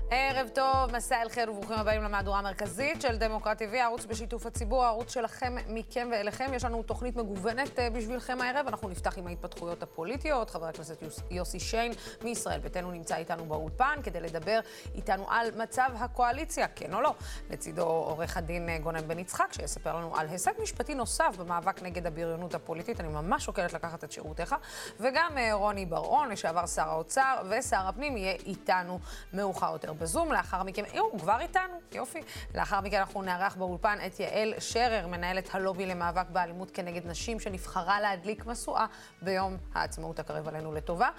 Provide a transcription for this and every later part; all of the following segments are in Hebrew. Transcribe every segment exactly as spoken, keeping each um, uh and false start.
ערב טוב, מסע אל חיר וברוכים הבאים למהדורה המרכזית של דמוקרט טי וי, הערוץ בשיתוף הציבור, הערוץ שלכם, מכם ואליכם. יש לנו תוכנית מגוונת בשבילכם הערב, אנחנו נפתח עם ההתפתחויות הפוליטיות. חבר הכנסת יוסי שיין מישראל ביתנו נמצא איתנו באולפן כדי לדבר איתנו על מצב הקואליציה, כן או לא. לצידו עורך הדין גונן בן יצחק שיספר לנו על הישג משפטי נוסף במאבק נגד הבריונות הפוליטית. אני ממש שוקלת לקחת את שירותיך. וגם רוני בר-און, לשעבר שר האוצר ושר הפנים, יהיה איתנו מאוחר יותר בזום. לאחר מכן, הוא כבר איתנו, יופי. לאחר מכן אנחנו נערך באולפן את יעל שרר, מנהלת הלובי למאבק באלימות כנגד נשים, שנבחרה להדליק משואה ביום העצמאות הקרב עלינו לטובה.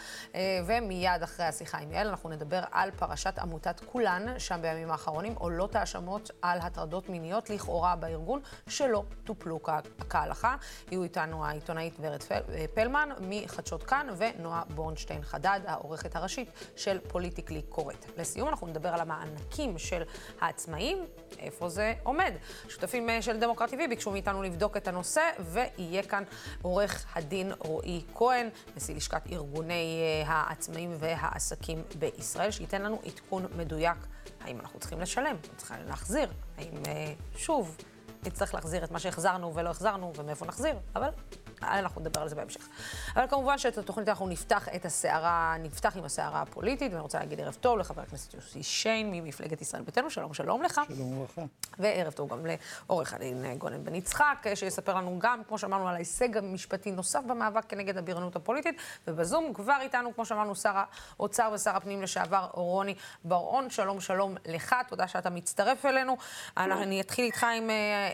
ומיד אחרי השיחה עם יעל אנחנו נדבר על פרשת עמותת כולן, שם בימים האחרונים עולות האשמות על הטרדות מיניות לכאורה בארגון שלא טופלו כהלכה. יהיו איתנו העיתונאית ורד פלמן מחדשות כאן, ונועה בורנשטיין חדד, העורכת הראשית של פוליטיקלי קורקט. לסיום אנחנו נדבר על המענקים של העצמאים, איפה זה עומד. שותפים של דמוקרט טי וי ביקשו מאיתנו לבדוק את הנושא, ויהיה כאן עורך הדין רועי כהן, נשיא לשכת ארגוני העצמאים והעסקים בישראל, שייתן לנו עדכון מדויק האם אנחנו צריכים לשלם, צריכים להחזיר, האם שוב נצטרך להחזיר את מה שהחזרנו ולא החזרנו ומאיפה נחזיר, אבל אנחנו נדבר על זה בהמשך. אבל כמובן שאת התוכנית אנחנו נפתח את הסערה, נפתח עם הסערה הפוליטית, ואני רוצה להגיד ערב טוב לחבר הכנסת יוסי שיין ממפלגת ישראל ביתנו. שלום, שלום לך. שלום וברכה. וערב טוב גם לעורך הדין גונן בן יצחק, שיספר לנו גם, כמו שאמרנו, על ההישג המשפטי נוסף במאבק כנגד הבריונות הפוליטית, ובזום כבר איתנו, כמו שאמרנו, שר האוצר ושר הפנים לשעבר רוני בר-און. שלום, שלום לך. תודה שאתה מצטרף אלינו. אני אתחיל איתך עם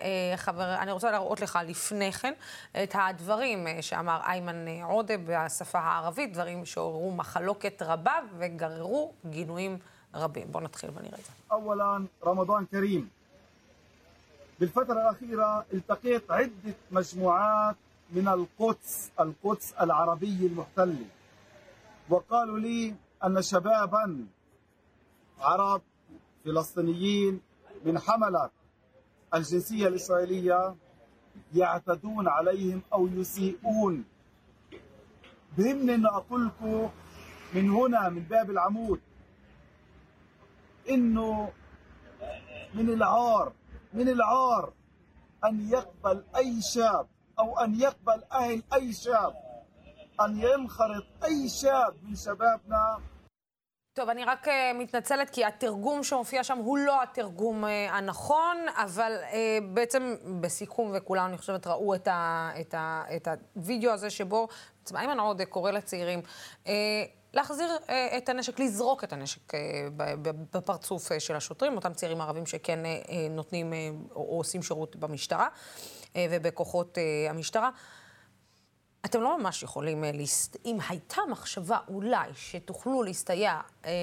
חבר, אני רוצה להראות לך לפני כן את הדברים שאמר איימן עודה בשפה הערבית, דברים שעוררו מחלוקת רבה וגררו גינויים רבים. בואו נתחיל ונראה את זה. أولاً رمضان كريم. بالفترة الأخيرة التقيت عدة مجموعات من القدس القدس العربية المحتلة، وقالوا لي أن شباباً عرب فلسطينيين من حملة الجنسية الإسرائيلية يعتدون عليهم أو يسيئون. بهمني أن أقول لكم من هنا من باب العمود إنه من العار من العار أن يقبل أي شاب أو أن يقبل أهل أي شاب أن ينخرط أي شاب من شبابنا. טוב, אני רק uh, מתנצלת כי התרגום שמופיע שם הוא לא התרגום uh, הנכון, אבל uh, בעצם בסיכום, וכולם אני חושבת ראו את, ה, את, ה, את הוידאו הזה שבו איימן עודה קורא לצעירים uh, להחזיר uh, את הנשק, לזרוק את הנשק uh, בפרצוף uh, של השוטרים, אותם צעירים ערבים שכן uh, נותנים uh, או, או עושים שירות במשטרה uh, ובכוחות uh, המשטרה. אתם לא ממש יכולים, אם הייתה מחשבה אולי שתוכלו להסתייע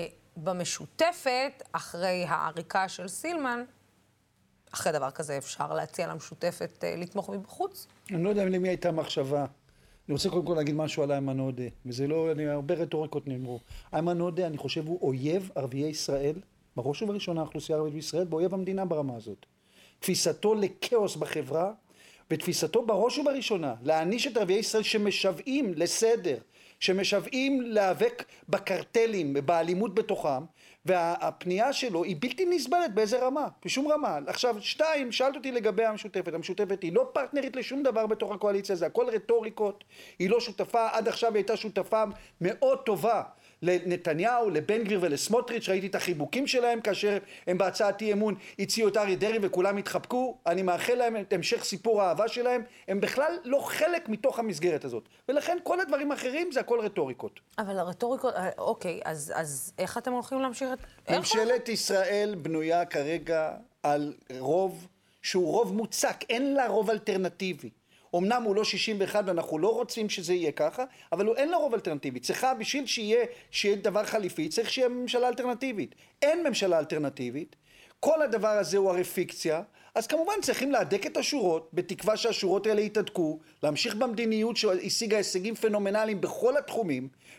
במשותפת אחרי העריקה של סילמן, אחרי דבר כזה אפשר להציע למשותפת לתמוך מבחוץ? אני לא יודע למי הייתה מחשבה. אני רוצה קודם כל להגיד משהו על איימן עודה, וזה לא, אני, הרבה רטוריקות נאמרו. איימן עודה, אני חושב, הוא אויב ערביי ישראל, בראש ובראשונה האוכלוסייה הערבית בישראל, באויב המדינה ברמה הזאת. תפיסתו לכאוס בחברה, בתפיסתו בראש ובראשונה, להעניש את ערביי ישראל שמשוועים לסדר, שמשוועים להיאבק בקרטלים, באלימות בתוכם, והפנייה שלו היא בלתי נסבלת באיזה רמה, בשום רמה. עכשיו, שתיים, שאלת אותי לגבי המשותפת. המשותפת היא לא פרטנרית לשום דבר בתוך הקואליציה, זה הכל רטוריקות, היא לא שותפה, עד עכשיו היא הייתה שותפה מאוד טובה לנתניהו, לבן גביר ולסמוטריץ'. ראיתי את החיבוקים שלהם כאשר הם בהצעת אי אמון הציעו את אריה דרעי וכולם התחבקו. אני מאחל להם את המשך סיפור האהבה שלהם. הם בכלל לא חלק מתוך המסגרת הזאת, ולכן כל הדברים האחרים זה הכל רטוריקות. אבל הרטוריקות, אוקיי, אז, אז איך אתם הולכים להמשיך את... ממשלת ישראל בנויה כרגע על רוב שהוא רוב מוצק, אין לה רוב אלטרנטיבי. אמנם הוא לא שישים ואחת ואנחנו לא רוצים שזה יהיה ככה, אבל הוא אין לה רוב אלטרנטיבי. צריכה, בשביל שיהיה, שיהיה דבר חליפי, צריך שיהיה ממשלה אלטרנטיבית. אין ממשלה אלטרנטיבית, כל הדבר הזה הוא הרי פיקציה, אז כמובן צריכים להדק את השורות, בתקווה שהשורות האלה יתעדכו, להמשיך במדיניות שהשיגה הישגים פנומנליים בכל התחומים,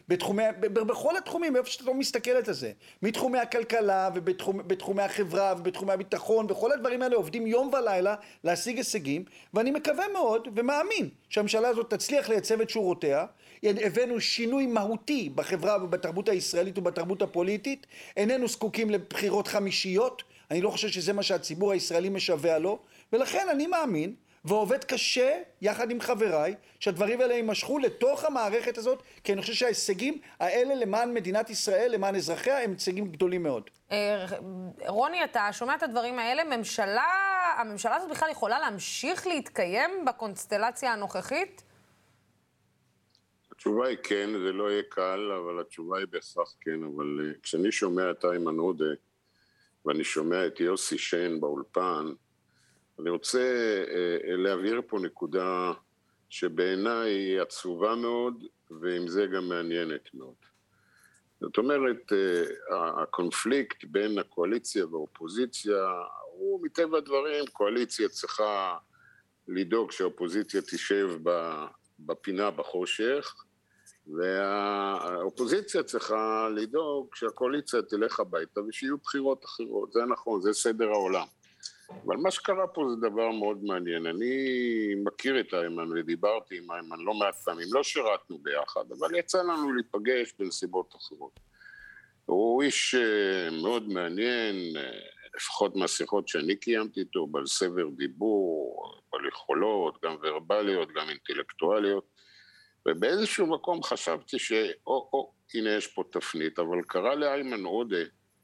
בתחומי, בכל התחומים, איפה שאתה לא מסתכלת על זה. מתחומי הכלכלה ובתחומי החברה ובתחומי הביטחון, בכל הדברים האלה עובדים יום ולילה להשיג הישגים, ואני מקווה מאוד ומאמין שהממשלה הזאת תצליח לייצב את שורותיה. הבאנו שינוי מהותי בחברה ובתרבות הישראלית ובתרבות הפוליטית, איננו זקוקים לבחירות חמישיות, אני לא חושב שזה מה שהציבור הישראלי משווה לו, ולכן אני מאמין ועובד קשה יחד עם חבריי שהדברים האלה יימשכו לתוך המערכת הזאת, כי אני חושב שההישגים האלה למען מדינת ישראל, למען אזרחיה, הם הישגים גדולים מאוד. רוני, אתה שומע את הדברים האלה, ממשלה, הממשלה הזאת בכלל יכולה להמשיך להתקיים בקונסטלציה הנוכחית? התשובה היא כן, זה לא יהיה קל, אבל התשובה היא בהכרח כן, אבל כשאני שומע את איימן עודה, ואני שומע את יוסי שיין באולפן, אני רוצה להבהיר פה נקודה שבעיניי היא עצובה מאוד, ועם זה גם מעניינת מאוד. זאת אומרת, הקונפליקט בין הקואליציה והאופוזיציה, הוא מטבע הדברים, קואליציה צריכה לדאוג שהאופוזיציה תשב בפינה בחושך, והאופוזיציה צריכה לדאוג שהקואליציה תלך הביתה ושיהיו בחירות אחרות. זה נכון, זה סדר העולם. אבל מה שקרה פה זה דבר מאוד מעניין. אני מכיר את איימן ודיברתי עם איימן לא מעט פעמים, לא שירתנו ביחד, אבל יצא לנו להיפגש בנסיבות אחרות. הוא איש מאוד מעניין, לפחות מהשיחות שאני קיימתי איתו, בעל סבר דיבור, בעל יכולות, גם ורבליות, גם אינטלקטואליות, ובאיזשהו מקום חשבתי שאו, או, הנה יש פה תפנית, אבל קרה לאיימן עודה,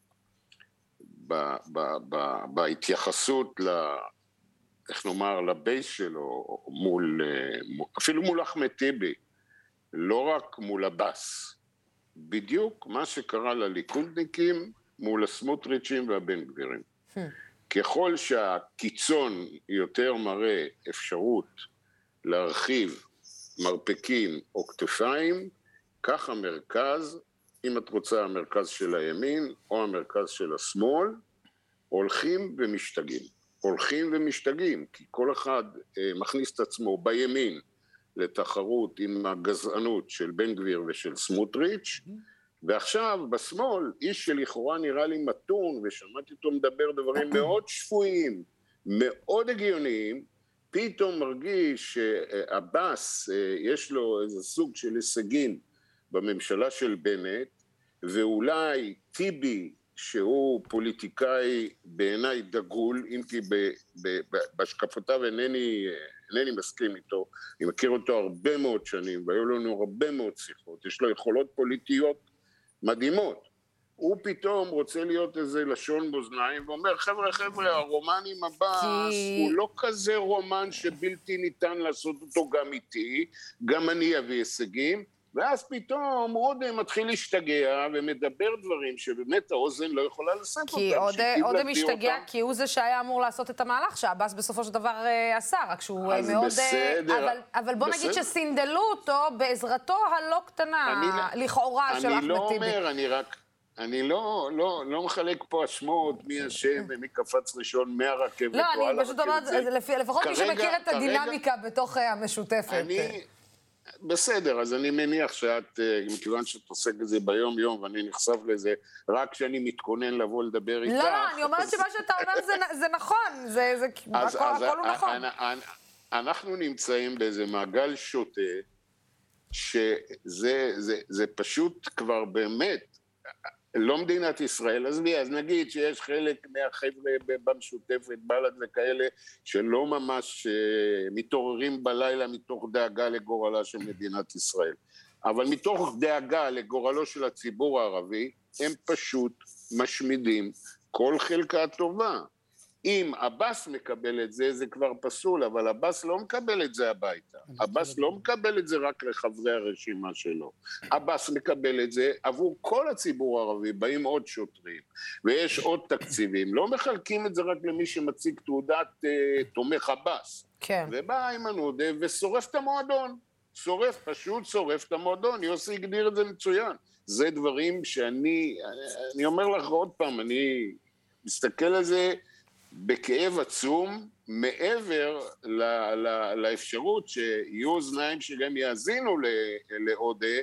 ב, ב, ב, בהתייחסות, ל, איך נאמר, לבייס שלו, מול, אפילו מול אחמד טיבי, לא רק מול הבאס, בדיוק מה שקרה לליכודניקים מול הסמוטריצ'ים והבן גבירים. ככל שהקיצון יותר מראה אפשרות להרחיב מרפקים או כתפיים, כך המרכז, אם את רוצה המרכז של הימין או המרכז של השמאל, הולכים ומשתגעים. הולכים ומשתגעים, כי כל אחד אה, מכניס את עצמו בימין לתחרות עם הגזענות של בן גביר ושל סמוטריץ', ועכשיו בשמאל, איש שלכאורה נראה לי מתון, ושמעתי אותו מדבר דברים מאוד שפויים, מאוד הגיוניים, פתאום מרגיש שהבאס יש לו איזה סוג של הישגים בממשלה של בנט, ואולי טיבי, שהוא פוליטיקאי בעיניי דגול, אם כי בהשקפותיו אינני, אינני מסכים איתו, אני מכיר אותו הרבה מאוד שנים, והיו לנו הרבה מאוד שיחות, יש לו יכולות פוליטיות מדהימות. הוא פתאום רוצה להיות איזה לשון באוזניים, ואומר, חבר'ה, חבר'ה, הרומן עם הבאס, כי... הוא לא כזה רומן שבלתי ניתן לעשות אותו גם איתי, גם אני אביא הישגים, ואז פתאום עוד מתחיל להשתגע ומדבר דברים שבאמת האוזן לא יכולה לשאת אותם. כי עוד, עוד משתגע, אותם. כי הוא זה שהיה אמור לעשות את המהלך שהבאס בסופו של דבר עשה, רק שהוא מאוד... בסדר, אבל, אבל בוא בסדר. נגיד שסינדלו אותו בעזרתו הלא קטנה, אני, לכאורה של אחמד טיבי. אני לא אומר, אני רק... אני לא, לא, לא מחלק פה אשמות, מי אשם ומי קפץ ראשון מהרכבת. לא, אני פשוט אומרת, לפחות מי שמכיר את הדינמיקה בתוך המשותפת. אני, בסדר, אז אני מניח שאת, מכיוון שאת עוסק בזה ביום יום, ואני נחשף לזה, רק כשאני מתכונן לבוא לדבר איתך. לא, לא, אני אומרת שמה שאתה אומר זה נכון, זה, הכל הוא נכון. אנחנו נמצאים באיזה מעגל שוטה, שזה פשוט כבר באמת, לא מדינת ישראל, אז מי, אז נגיד שיש חלק מהחבר'ה במשותפת, בל"ד וכאלה, שלא ממש מתעוררים בלילה מתוך דאגה לגורלה של מדינת ישראל. אבל מתוך דאגה לגורלו של הציבור הערבי, הם פשוט משמידים כל חלקה טובה. אם הבאס מקבל את זה, זה כבר פסול, אבל הבאס לא מקבל את זה הביתה. הבאס לא מקבל את זה רק לחברי הרשימה שלו. הבאס מקבל את זה עבור כל הציבור הערבי, באים עוד שוטרים, ויש עוד תקציבים. לא מחלקים את זה רק למי שמציג תעודת אה, תומך הבאס. כן. ובא איימן עודה ושורף את המועדון. שורף, פשוט שורף את המועדון. יוסי הגדיר את זה מצוין. זה דברים שאני, אני אומר לך עוד פעם, אני מסתכל על זה, בכאב עצום, מעבר ל- ל- לאפשרות שיהיו אוזניים שגם יאזינו לעודה,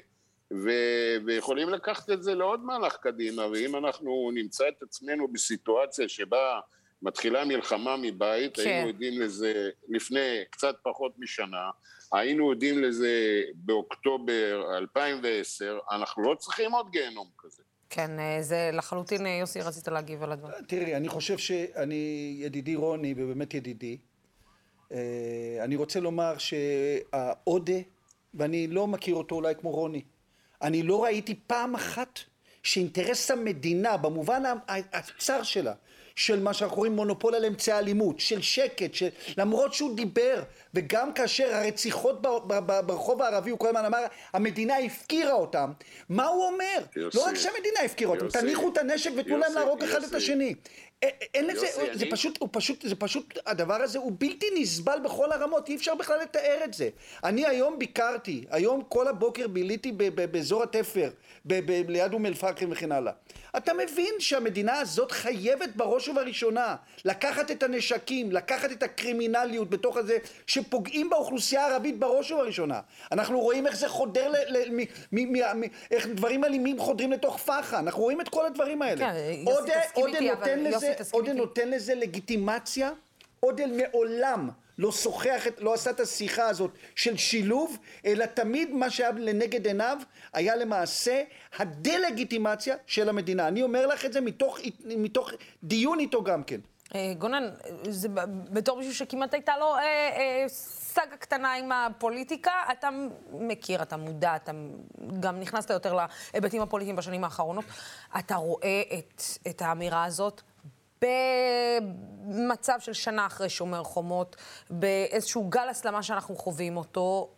ו- ויכולים לקחת את זה לעוד מהלך קדימה, ואם אנחנו נמצא את עצמנו בסיטואציה שבה מתחילה מלחמה מבית, כן. היינו יודעים לזה לפני קצת פחות משנה, היינו יודעים לזה באוקטובר אלפיים ועשר, אנחנו לא צריכים עוד גיהנום כזה. כן, זה לחלוטין, יוסי, רצית להגיב על הדבר. תראי, אני חושב שאני ידידי רוני, ובאמת ידידי, אני רוצה לומר שהעודה, ואני לא מכיר אותו אולי כמו רוני, אני לא ראיתי פעם אחת שאינטרס המדינה, במובן הצר שלה, של מה שאנחנו קוראים מונופול על אמצעי אלימות, של שקט, של... למרות שהוא דיבר, וגם כאשר הרציחות ברחוב הערבי, הוא כל הזמן אמר, המדינה הפקירה אותם, מה הוא אומר? יוסי, לא רק שהמדינה הפקירה אותם, יוסי, תניחו את הנשק ותנו להם להרוג אחד את השני. אין לזה, זה פשוט, הוא פשוט, זה פשוט, הדבר הזה הוא בלתי נסבל בכל הרמות, אי אפשר בכלל לתאר את זה. אני היום ביקרתי, היום כל הבוקר ביליתי באזור התפר, ליד אום אל-פחם וכן הלאה. אתה מבין שהמדינה הזאת חייבת בראש ובראשונה לקחת את הנשקים, לקחת את הקרימינליות בתוך הזה, שפוגעים באוכלוסייה הערבית בראש ובראשונה. אנחנו רואים איך זה חודר, איך דברים אלימים חודרים לתוך פחה, אנחנו רואים את כל הדברים האלה. עודה נותן לזה לגיטימציה, עודה מעולם לא שוחח, לא עשה את השיחה הזאת של שילוב, אלא תמיד מה שהיה לנגד עיניו היה למעשה הדלגיטימציה של המדינה. אני אומר לך את זה מתוך, מתוך דיון איתו גם כן. גונן, זה בתור מישהו שכמעט הייתה לו אה, אה, סגה קטנה עם הפוליטיקה, אתה מכיר, אתה מודע, אתה גם נכנסת יותר להיבטים הפוליטיים בשנים האחרונות, אתה רואה את, את האמירה הזאת במצב של שנה אחרי שומר חומות, באיזשהו גל הסלמה שאנחנו חווים אותו,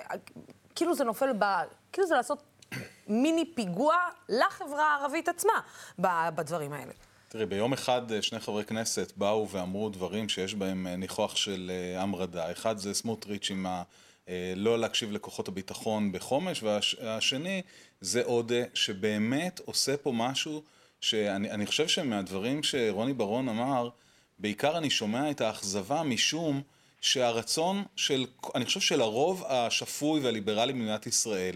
כאילו זה נופל ב... כאילו זה לעשות מיני פיגוע לחברה הערבית עצמה בדברים האלה. תראי, ביום אחד שני חברי כנסת באו ואמרו דברים שיש בהם ניחוח של המרדה. אחד זה סמוטריץ' עם ה... לא להקשיב לכוחות הביטחון בחומש, והשני זה עודה שבאמת עושה פה משהו שאני אני חושב שמהדברים שרוני ברון אמר, בעיקר אני שומע את האכזבה משום שהרצון של, אני חושב של הרוב השפוי והליברלי במדינת ישראל,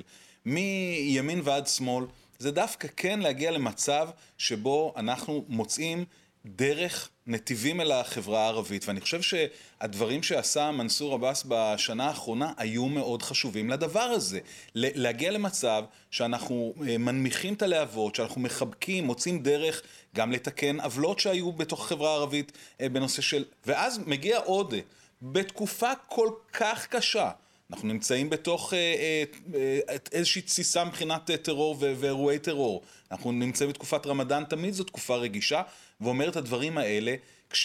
מימין ועד שמאל, זה דווקא כן להגיע למצב שבו אנחנו מוצאים דרך נתיבים אל החברה הערבית, ואני חושב שהדברים שעשה מנסור עבאס בשנה האחרונה היו מאוד חשובים לדבר הזה. להגיע למצב שאנחנו מנמיכים את הלהבות, שאנחנו מחבקים, מוצאים דרך גם לתקן עוולות שהיו בתוך החברה הערבית בנושא של... ואז מגיע עודה, בתקופה כל כך קשה, אנחנו נמצאים בתוך אה, אה, איזושהי תסיסה מבחינת טרור ואירועי טרור. אנחנו נמצאים בתקופת רמדאן, תמיד זו תקופה רגישה, ואומר את הדברים האלה,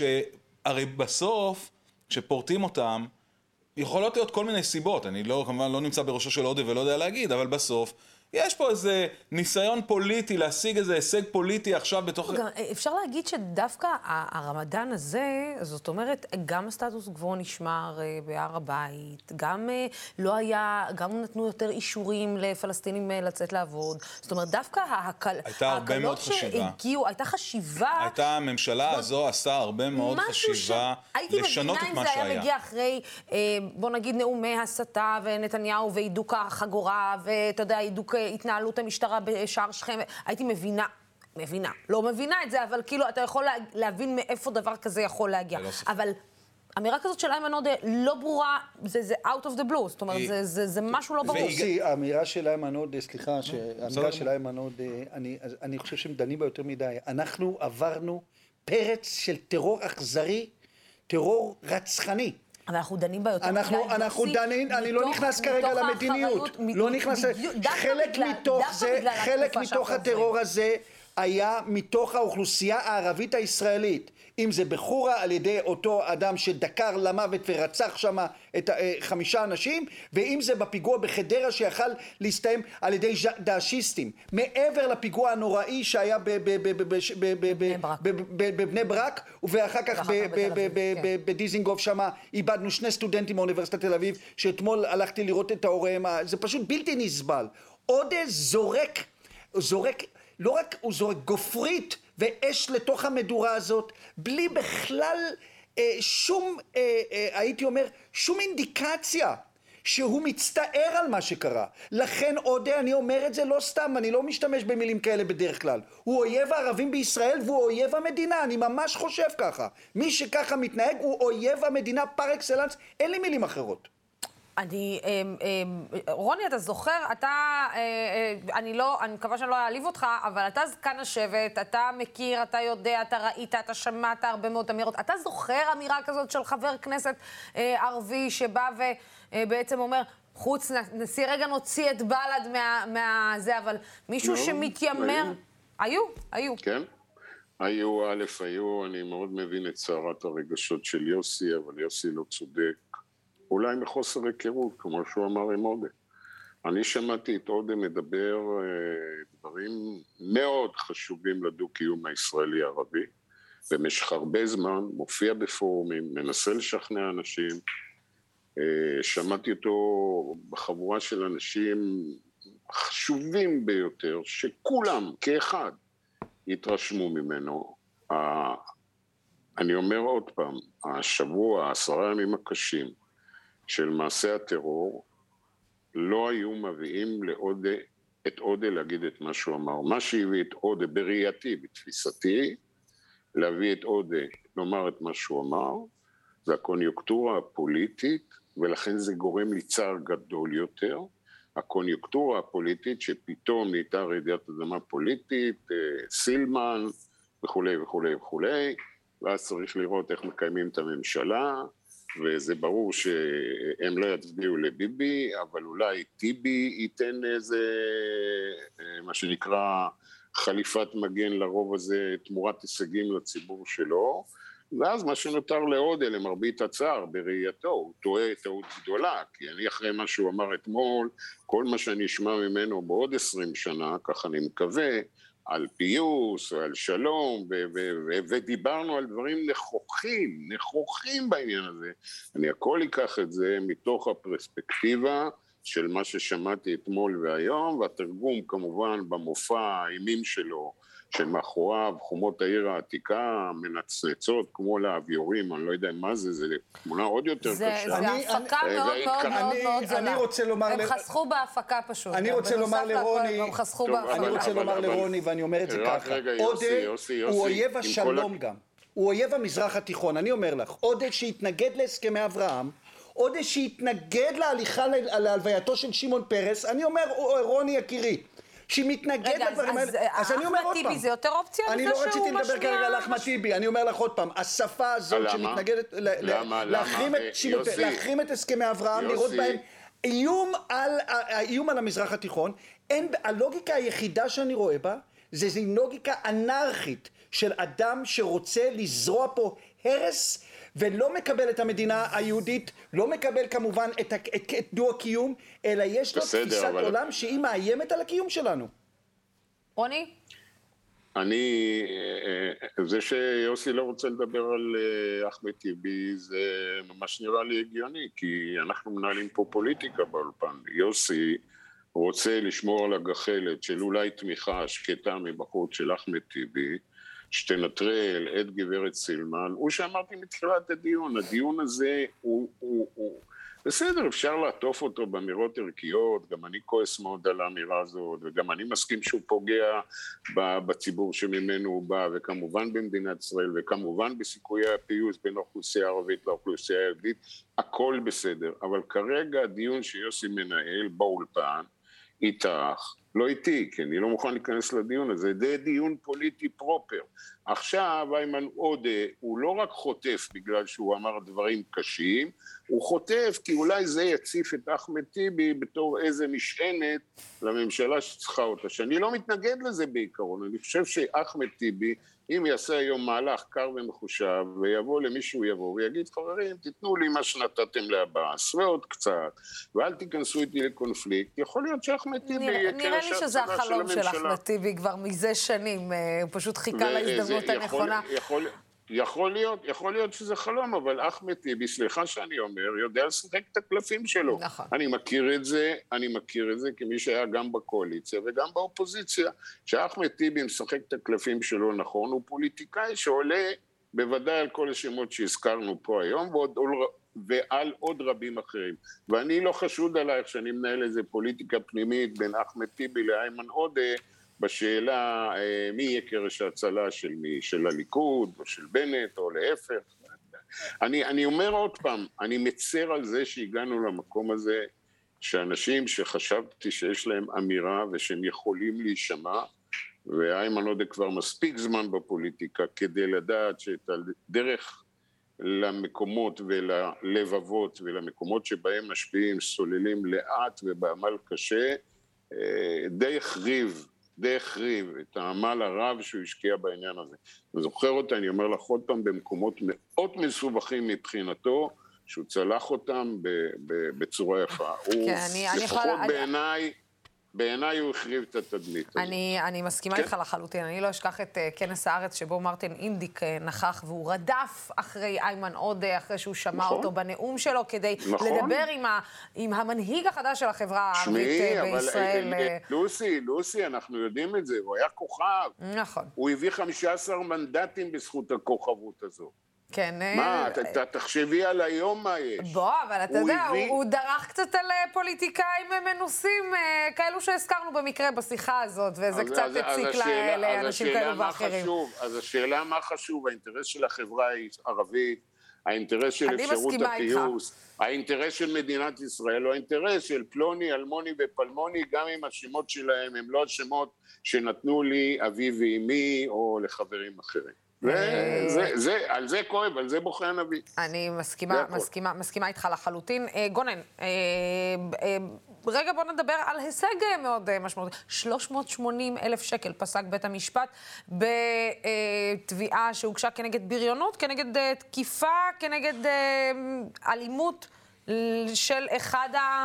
כשהרי בסוף, כשפורטים אותם, יכולות להיות כל מיני סיבות. אני לא, כמובן לא נמצא בראשו של עודה ולא יודע להגיד, אבל בסוף, יש פה איזה ניסיון פוליטי, להשיג איזה הישג פוליטי עכשיו בתוך... גם, אפשר להגיד שדווקא הרמדאן הזה, זאת אומרת, גם הסטטוס קוו נשמר בהר הבית, גם לא היה, גם נתנו יותר אישורים לפלסטינים לצאת לעבוד. זאת אומרת, דווקא ההקל... הייתה הרבה מאוד חשיבה. שהגיעו, הייתה חשיבה... הייתה, הממשלה הזו עשתה הרבה מאוד חשיבה לשנות את מה שהיה. הייתי מבינה אם זה היה מגיע אחרי, בוא נגיד, נאומי הסתה ונתניהו והידוק החגורה, ואתה יודע, הידוק התנהלות המשטרה בשער שכם, הייתי מבינה, מבינה, לא מבינה את זה, אבל כאילו אתה יכול להבין מאיפה דבר כזה יכול להגיע. אבל אמירה כזאת של איימן עודה לא ברורה, זה, זה out of the blue, זאת אומרת, זה, זה, זה משהו לא ברור. האמירה של איימן עודה, סליחה, האמירה של איימן עודה, אני, אני חושב שהם דנים בה יותר מדי. אנחנו עברנו פרץ של טרור אכזרי, טרור רצחני. אבל אנחנו דנים בה יותר אנחנו, מדי. אנחנו דנים, אני לא נכנס כרגע למדיניות. לא נכנס... חלק מתוך זה, חלק מתוך הטרור הזה היה מתוך האוכלוסייה הערבית הישראלית. אם זה בחורה על ידי אותו אדם שדקר למוות ורצח שם את חמישה אנשים, ואם זה בפיגוע בחדרה שיכל להסתיים על ידי דאעשיסטים. מעבר לפיגוע הנוראי שהיה בבני ברק, ואחר כך בדיזינגוף שם איבדנו שני סטודנטים מאוניברסיטת תל אביב, שאתמול הלכתי לראות את ההוריהם, זה פשוט בלתי נסבל. עודה זורק, זורק, לא רק הוא זורק גופרית ואש לתוך המדורה הזאת, בלי בכלל אה, שום, אה, אה, הייתי אומר, שום אינדיקציה שהוא מצטער על מה שקרה. לכן עודה, אני אומר את זה לא סתם, אני לא משתמש במילים כאלה בדרך כלל. הוא אויב הערבים בישראל והוא אויב המדינה, אני ממש חושב ככה. מי שככה מתנהג הוא אויב המדינה פר אקסלנס, אין לי מילים אחרות. אני, רוני, אתה זוכר, אתה, אני לא, אני מקווה שאני לא אעליב אותך, אבל אתה זקן השבט, אתה מכיר, אתה יודע, אתה ראית, אתה שמעת הרבה מאוד אמירות. אתה זוכר אמירה כזאת של חבר כנסת ערבי שבא ובעצם אומר, חוץ, נסי רגע נוציא את בל"ד מה, מהזה, אבל מישהו שמתיימר... היו, היו. כן, היו, א', היו, אני מאוד מבין את סערת הרגשות של יוסי, אבל יוסי לא צודק. אולי מחוסר היכרות, כמו שהוא אמר עם עודה. אני שמעתי את עודה מדבר דברים מאוד חשובים לדו-קיום הישראלי-ערבי, במשך הרבה זמן, מופיע בפורומים, מנסה לשכנע אנשים, שמעתי אותו בחבורה של אנשים חשובים ביותר, שכולם כאחד התרשמו ממנו. אני אומר עוד פעם, השבוע, העשרה ימים הקשים, של מעשה הטרור, לא היו מביאים לעודה, את עודה להגיד את מה שהוא אמר. מה שהביא את עודה בראייתי, בתפיסתי, להביא את עודה, לומר את מה שהוא אמר, זה הקוניוקטורה הפוליטית, ולכן זה גורם לי צער גדול יותר, הקוניוקטורה הפוליטית שפתאום נהייתה רעידת אדמה פוליטית, סילמן וכו' וכו' וכו', ואז צריך לראות איך מקיימים את הממשלה, וזה ברור שהם לא יצביעו לביבי, אבל אולי טיבי ייתן איזה, מה שנקרא, חליפת מגן לרוב הזה, תמורת הישגים לציבור שלו, ואז מה שנותר לעודה, למרבית הצער, בראייתו, הוא טועה טעות גדולה, כי אני אחרי מה שהוא אמר אתמול, כל מה שאני אשמע ממנו בעוד עשרים שנה, ככה אני מקווה, על פיוס ועל שלום, ו- ו- ו- ודיברנו על דברים נכוחים, נכוחים בעניין הזה. אני הכל אקח את זה מתוך הפרספקטיבה של מה ששמעתי אתמול והיום, והתרגום כמובן במופע האימים שלו, שמאחוריו חומות העיר העתיקה מנצנצות כמו לאוויורים, אני לא יודע מה זה, זה תמונה עוד יותר זה, קשה. זה אני, הפקה אני, מאוד אני, מאוד מאוד אני, מאוד זולה. אני רוצה לומר... הם ל... חסכו בהפקה פשוט. אני רוצה לומר לרוני... הם חסכו טוב, בהפקה. אני רוצה אבל, לומר אבל, לרוני, ואני אומר את זה רק ככה. רגע, יוסי, עודה יוסי, יוסי, הוא אויב עם השלום כל... גם. הוא אויב המזרח התיכון, אני אומר לך. עודה שהתנגד להסכמי אברהם, עודה שהתנגד להליכה להלווייתו של שמעון פרס, אני אומר, רוני יקירי, שמתנגד לדברים האלה. אז אני אומר עוד פעם. אחמד טיבי זה יותר אופציה מזה שהוא משמיע? אני לא רציתי לדבר כרגע על אחמד טיבי, אני אומר לך עוד פעם, השפה הזאת שמתנגדת להחרים את הסכמי אברהם, לראות בהם איום על המזרח התיכון, הלוגיקה היחידה שאני רואה בה, זה לוגיקה אנרכית של אדם שרוצה לזרוע פה הרס, ולא מקבל את המדינה היהודית, לא מקבל כמובן את, את, את דו הקיום, אלא יש לו בסדר, תפיסת אבל... עולם שהיא מאיימת על הקיום שלנו. רוני? אני, זה שיוסי לא רוצה לדבר על אחמד טיבי, זה ממש נראה לי הגיוני, כי אנחנו מנהלים פה פוליטיקה באולפן. יוסי רוצה לשמור על הגחלת של אולי תמיכה שקטה מבחוץ של אחמד טיבי, שתנטרל את גברת סילמן, הוא שאמרתי מתחילת הדיון, הדיון הזה הוא, הוא, הוא, בסדר, אפשר לעטוף אותו באמירות ערכיות, גם אני כועס מאוד על האמירה הזאת, וגם אני מסכים שהוא פוגע בציבור שממנו הוא בא, וכמובן במדינת ישראל, וכמובן בסיכויי הפיוס בין האוכלוסייה הערבית לאוכלוסייה היהודית, הכל בסדר, אבל כרגע הדיון שיוסי מנהל באולפן, איתך, לא איתי, כי אני לא מוכן להיכנס לדיון הזה, זה דיון פוליטי פרופר. עכשיו, איימן עודה, הוא לא רק חוטף בגלל שהוא אמר דברים קשים, הוא חוטף כי אולי זה יציף את אחמד טיבי בתור איזה משענת לממשלה שצריכה אותה, שאני לא מתנגד לזה בעיקרון, אני חושב שאחמד טיבי, אם יעשה היום מהלך קר ומחושב, ויבוא למישהו יבוא ויגיד, חברים, תיתנו לי מה שנתתם לעבאס, ועוד קצת, ואל תיכנסו איתי לקונפליקט, יכול להיות שאחמד טיבי יהיה נראה לי שזה החלום של אחמד טיבי כבר מזה שנים, הוא פשוט חיכה להזדמנות הנכונה. יכול להיות, יכול להיות שזה חלום, אבל אחמד טיבי, סליחה שאני אומר, יודע לשחק את הקלפים שלו. נכון. אני מכיר את זה, אני מכיר את זה כמי שהיה גם בקואליציה וגם באופוזיציה, שאחמד טיבי משחק את הקלפים שלו נכון, הוא פוליטיקאי שעולה בוודאי על כל השמות שהזכרנו פה היום, ועוד ועל עוד רבים אחרים. ואני לא חשוד עלייך שאני מנהל איזה פוליטיקה פנימית בין אחמד טיבי לאיימן עודה, בשאלה מי יהיה קרש ההצלה של מי, של הליכוד או של בנט או להפך. אני, אני אומר עוד פעם, אני מצר על זה שהגענו למקום הזה, שאנשים שחשבתי שיש להם אמירה ושהם יכולים להישמע, ואיימן עודה כבר מספיק זמן בפוליטיקה כדי לדעת שאת הדרך למקומות וללבבות ולמקומות שבהם משפיעים סוללים לאט ובעמל קשה, די החריב, די החריב את העמל הרב שהוא השקיע בעניין הזה. אני זוכר אותה, אני אומר לך עוד פעם, במקומות מאוד מסובכים מבחינתו, שהוא צלח אותם בצורה יפה. הוא לפחות בעיניי, בעיניי הוא החריב את התדמית. אני, אני מסכימה איתך לחלוטין. אני לא אשכח את כנס הארץ שבו מרטין אינדיק נכח, והוא רדף אחרי איימן עודה, אחרי שהוא שמע אותו בנאום שלו, כדי לדבר עם, ה, עם המנהיג החדש של החברה הערבית בישראל. אבל לוסי, לוסי, אנחנו יודעים את זה, הוא היה כוכב. נכון. הוא הביא חמישה עשר מנדטים בזכות הכוכבות הזו. כן. מה, אתה תחשבי על היום מה יש. בוא, אבל אתה יודע, הוא דרך קצת על פוליטיקאים מנוסים, כאלו שהזכרנו במקרה בשיחה הזאת, וזה קצת הציק לאנשים כאלו ואחרים. אז השאלה מה חשוב, האינטרס של החברה הערבית, האינטרס של אפשרות הפיוס, האינטרס של מדינת ישראל, או האינטרס של פלוני, אלמוני ופלמוני, גם אם השמות שלהם הם לא השמות שנתנו לי אבי ואמי, או לחברים אחרים. זה, זה, על זה כואב, על זה בוכה הנביא. אני מסכימה, מסכימה, מסכימה איתך לחלוטין. גונן, רגע בוא נדבר על הישג מאוד משמעותי. שלוש מאות ושמונים אלף שקל פסק בית המשפט בתביעה שהוגשה כנגד בריונות, כנגד תקיפה, כנגד אלימות של אחד ה...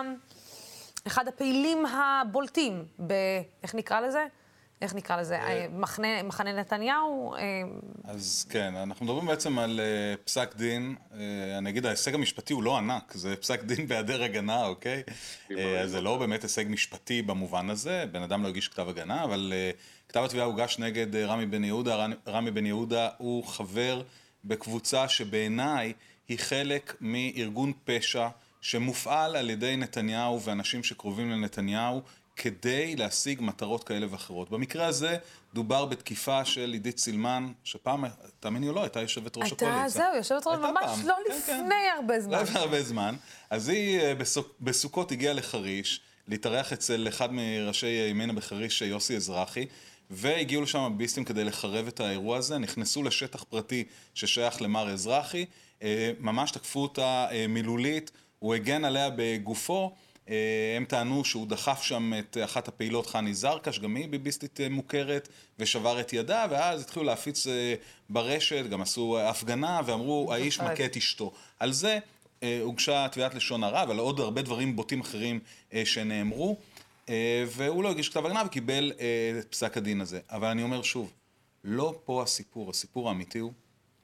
אחד הפעילים הבולטים ב... איך נקרא לזה? איך נקרא לזה? מחנה, מחנה נתניהו? אז כן, אנחנו מדברים בעצם על פסק דין, אני אגיד, ההישג המשפטי הוא לא ענק, זה פסק דין בהיעדר הגנה, אוקיי? זה לא באמת הישג משפטי במובן הזה, בן אדם לא הגיש כתב הגנה, אבל כתב התביעה הוגש נגד רמי בן יהודה. רמי בן יהודה הוא חבר בקבוצה שבעיניי היא חלק מארגון פשע שמופעל על ידי נתניהו ואנשים שקרובים לנתניהו, כדי להשיג מטרות כאלה ואחרות. במקרה הזה דובר בתקיפה של עידית סילמן, שפעם, תאמיני או לא, הייתה יושבת ראש הקואליציה. הייתה, זהו, יושבת ראש ממש לא לפני הרבה זמן. לא הרבה זמן. אז היא בסוכות הגיעה לחריש, להתארח אצל אחד מראשי ימינה בחריש, יוסי אזרחי, והגיעו לשם הביסטים כדי לחרב את האירוע הזה, נכנסו לשטח פרטי ששייך למר אזרחי, ממש תקפו אותה מילולית, הוא הגן עליה בגופו, הם טענו שהוא דחף שם את אחת הפעילות חני זרקש, גם היא ביביסטית מוכרת, ושבר את ידה, ואז התחילו להפיץ ברשת, גם עשו הפגנה, ואמרו, האיש מכה את אשתו. על זה הוגשה תביעת לשון הרע, אבל עוד הרבה דברים בוטים אחרים שנאמרו, והוא לא הגיש כתב הגנה וקיבל את פסק הדין הזה. אבל אני אומר שוב, לא פה הסיפור, הסיפור האמיתי הוא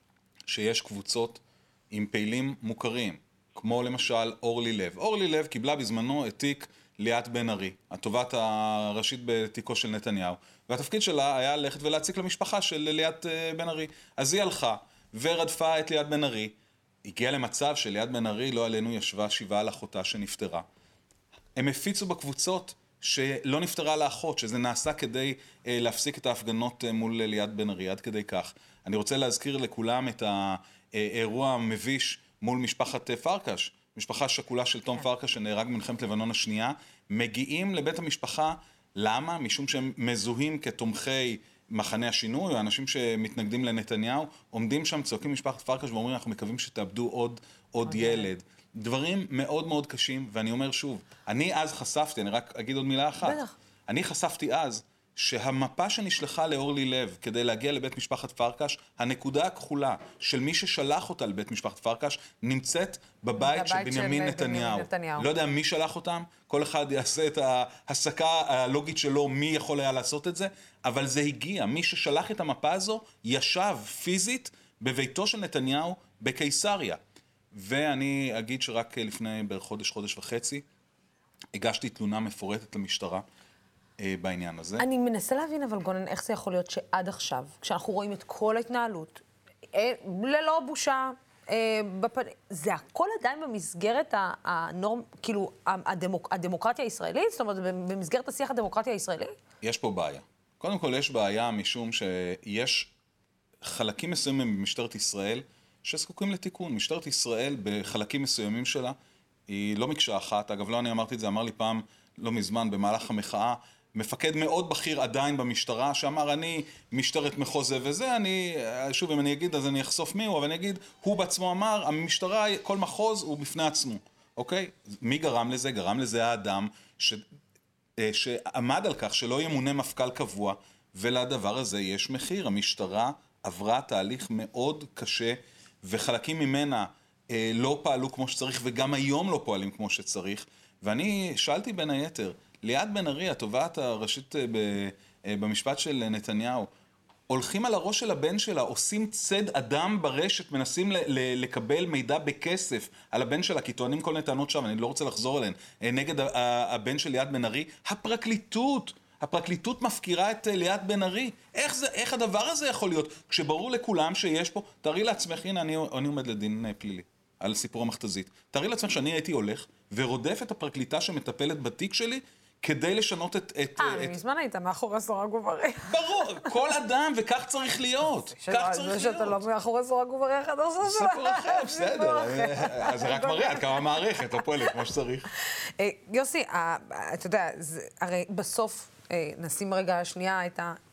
שיש קבוצות עם פעילים מוכרים, כמו למשל אורלי לב. אורלי לב קיבלה בזמנו את תיק ליאת בן ארי, התובעת הראשית בתיקו של נתניהו, והתפקיד שלה היה ללכת ולהציק למשפחה של ליאת בן ארי. אז היא הלכה ורדפה את ליאת בן ארי, הגיעה למצב שליאת בן ארי לא עלינו ישבה שבעה על אחותה שנפטרה. הם הפיצו בקבוצות שלא נפטרה לאחות, שזה נעשה כדי אה, להפסיק את ההפגנות אה, מול ליאת בן ארי, עד כדי כך. אני רוצה להזכיר לכולם את האירוע המביש מול משפחת פרקש, משפחה שכולה של תום פרקש שנהרג במלחמת לבנון השנייה, מגיעים לבית המשפחה, למה? משום שהם מזוהים כתומכי מחנה השינוי, או אנשים שמתנגדים לנתניהו, עומדים שם, צועקים משפחת פרקש ואומרים, אנחנו מקווים שתאבדו עוד, עוד ילד. דברים מאוד מאוד קשים, ואני אומר שוב, אני אז חשפתי, אני רק אגיד עוד מילה אחת, בטח. אני חשפתי אז שהמפה שנשלחה לאורלי לב כדי להגיע לבית משפחת פרקש, הנקודה הכחולה של מי ששלח אותה לבית משפחת פרקש, נמצאת בבית, בבית של בנימין נתניהו. נתניהו. לא יודע מי שלח אותם, כל אחד יעשה את ההסקה הלוגית שלו, מי יכול היה לעשות את זה, אבל זה הגיע. מי ששלח את המפה הזו, ישב פיזית בביתו של נתניהו בקיסריה. ואני אגיד שרק לפני בערך חודש, חודש וחצי, הגשתי תלונה מפורטת למשטרה, בעניין הזה. אני מנסה להבין, אבל גונן, איך זה יכול להיות שעד עכשיו, כשאנחנו רואים את כל ההתנהלות, ללא בושה, זה הכל עדיין במסגרת הנורם, כאילו, הדמוקרטיה הישראלית? זאת אומרת, במסגרת השיח הדמוקרטיה הישראלי? יש פה בעיה. קודם כל, יש בעיה משום שיש חלקים מסוימים במשטרת ישראל שזקוקים לתיקון. משטרת ישראל, בחלקים מסוימים שלה, היא לא מקשה אחת. אגב, לא אני אמרתי את זה, אמר לי פעם, לא מזמן, במהלך המחאה, מפקד מאוד בכיר עדיין במשטרה, שאמר, אני משטרת מחוז זה וזה, אני, שוב, אם אני אגיד, אז אני אחשוף מיהו, אבל אני אגיד, הוא בעצמו אמר, המשטרה, כל מחוז הוא בפני עצמו, אוקיי? מי גרם לזה? גרם לזה האדם ש, שעמד על כך שלא ימונה מפכ"ל קבוע, ולדבר הזה יש מחיר. המשטרה עברה תהליך מאוד קשה, וחלקים ממנה אה, לא פעלו כמו שצריך, וגם היום לא פועלים כמו שצריך, ואני שאלתי בין היתר, ליעד בן ארי, התובעת הראשית במשפט של נתניהו, הולכים על הראש של הבן שלה, עושים צד אדם ברשת, מנסים לקבל מידע בכסף על הבן שלה, כי טוענים כל נטענות שם, אני לא רוצה לחזור אליהן, נגד הבן של ליעד בן ארי. הפרקליטות, הפרקליטות מפקירה את ליעד בן ארי. איך זה, איך הדבר הזה יכול להיות? כשברור לכולם שיש פה, תראי לעצמך, הנה אני, אני עומד לדין פלילי על סיפור המכתזית. תראי לעצמך שאני הייתי הולך ורודף את הפרקליטה שמטפלת בתיק שלי, כדי לשנות את... אה, מזמן היית מאחורי סורג ובריח. ברור, כל אדם, וכך צריך להיות. כך צריך להיות. זה שאתה לא מאחורי סורג ובריח, אתה עושה שלך. סיפור אחר, בסדר. אז זה רק מראה עד כמה המערכת לא פועלת כמו שצריך. יוסי, אתה יודע, הרי בסוף, נשים רגע שנייה את ה...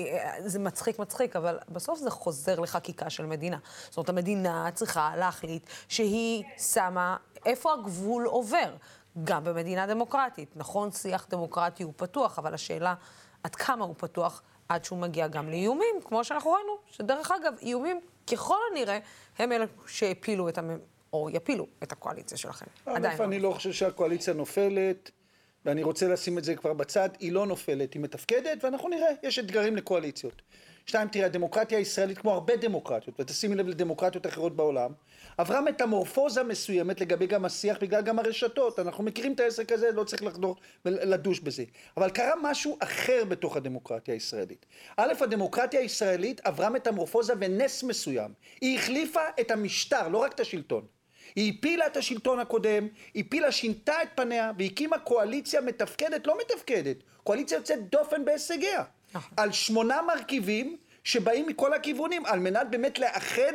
זה מצחיק מצחיק, אבל בסוף זה חוזר לחקיקה של מדינה. זאת אומרת, המדינה צריכה להחליט שהיא שמה איפה הגבול עובר. גם במדינה דמוקרטית. נכון, שיח דמוקרטי הוא פתוח, אבל השאלה עד כמה הוא פתוח עד שהוא מגיע גם לאיומים, כמו שאנחנו ראינו, שדרך אגב, איומים ככל הנראה הם אלה שהפילו את המ... או יפילו את הקואליציה שלכם. עדיין. אני לא חושב שהקואליציה נופלת, ואני רוצה לשים את זה כבר בצד, היא לא נופלת, היא מתפקדת, ואנחנו נראה, יש אתגרים לקואליציות. שתיים, תראה, הדמוקרטיה הישראלית, כמו הרבה דמוקרטיות, ותשימי לב לדמוקרטיות אחרות בעולם, עברה מטמורפוזה מסוימת לגבי גם השיח, בגלל גם הרשתות. אנחנו מכירים את העסק הזה, לא צריך לחדור ולדוש בזה. אבל קרה משהו אחר בתוך הדמוקרטיה הישראלית. א', הדמוקרטיה הישראלית עברה מטמורפוזה ונס מסוים. היא החליפה את המשטר, לא רק את השלטון. היא הפילה את השלטון הקודם, היא הפילה, שינתה את פניה, והקימה קואליציה מתפקדת, לא מתפקדת. קואליציה יוצאת דופן בהישגיה. על שמונה מרכיבים שבאים מכל הכיוונים, על מנת באמת לאחד,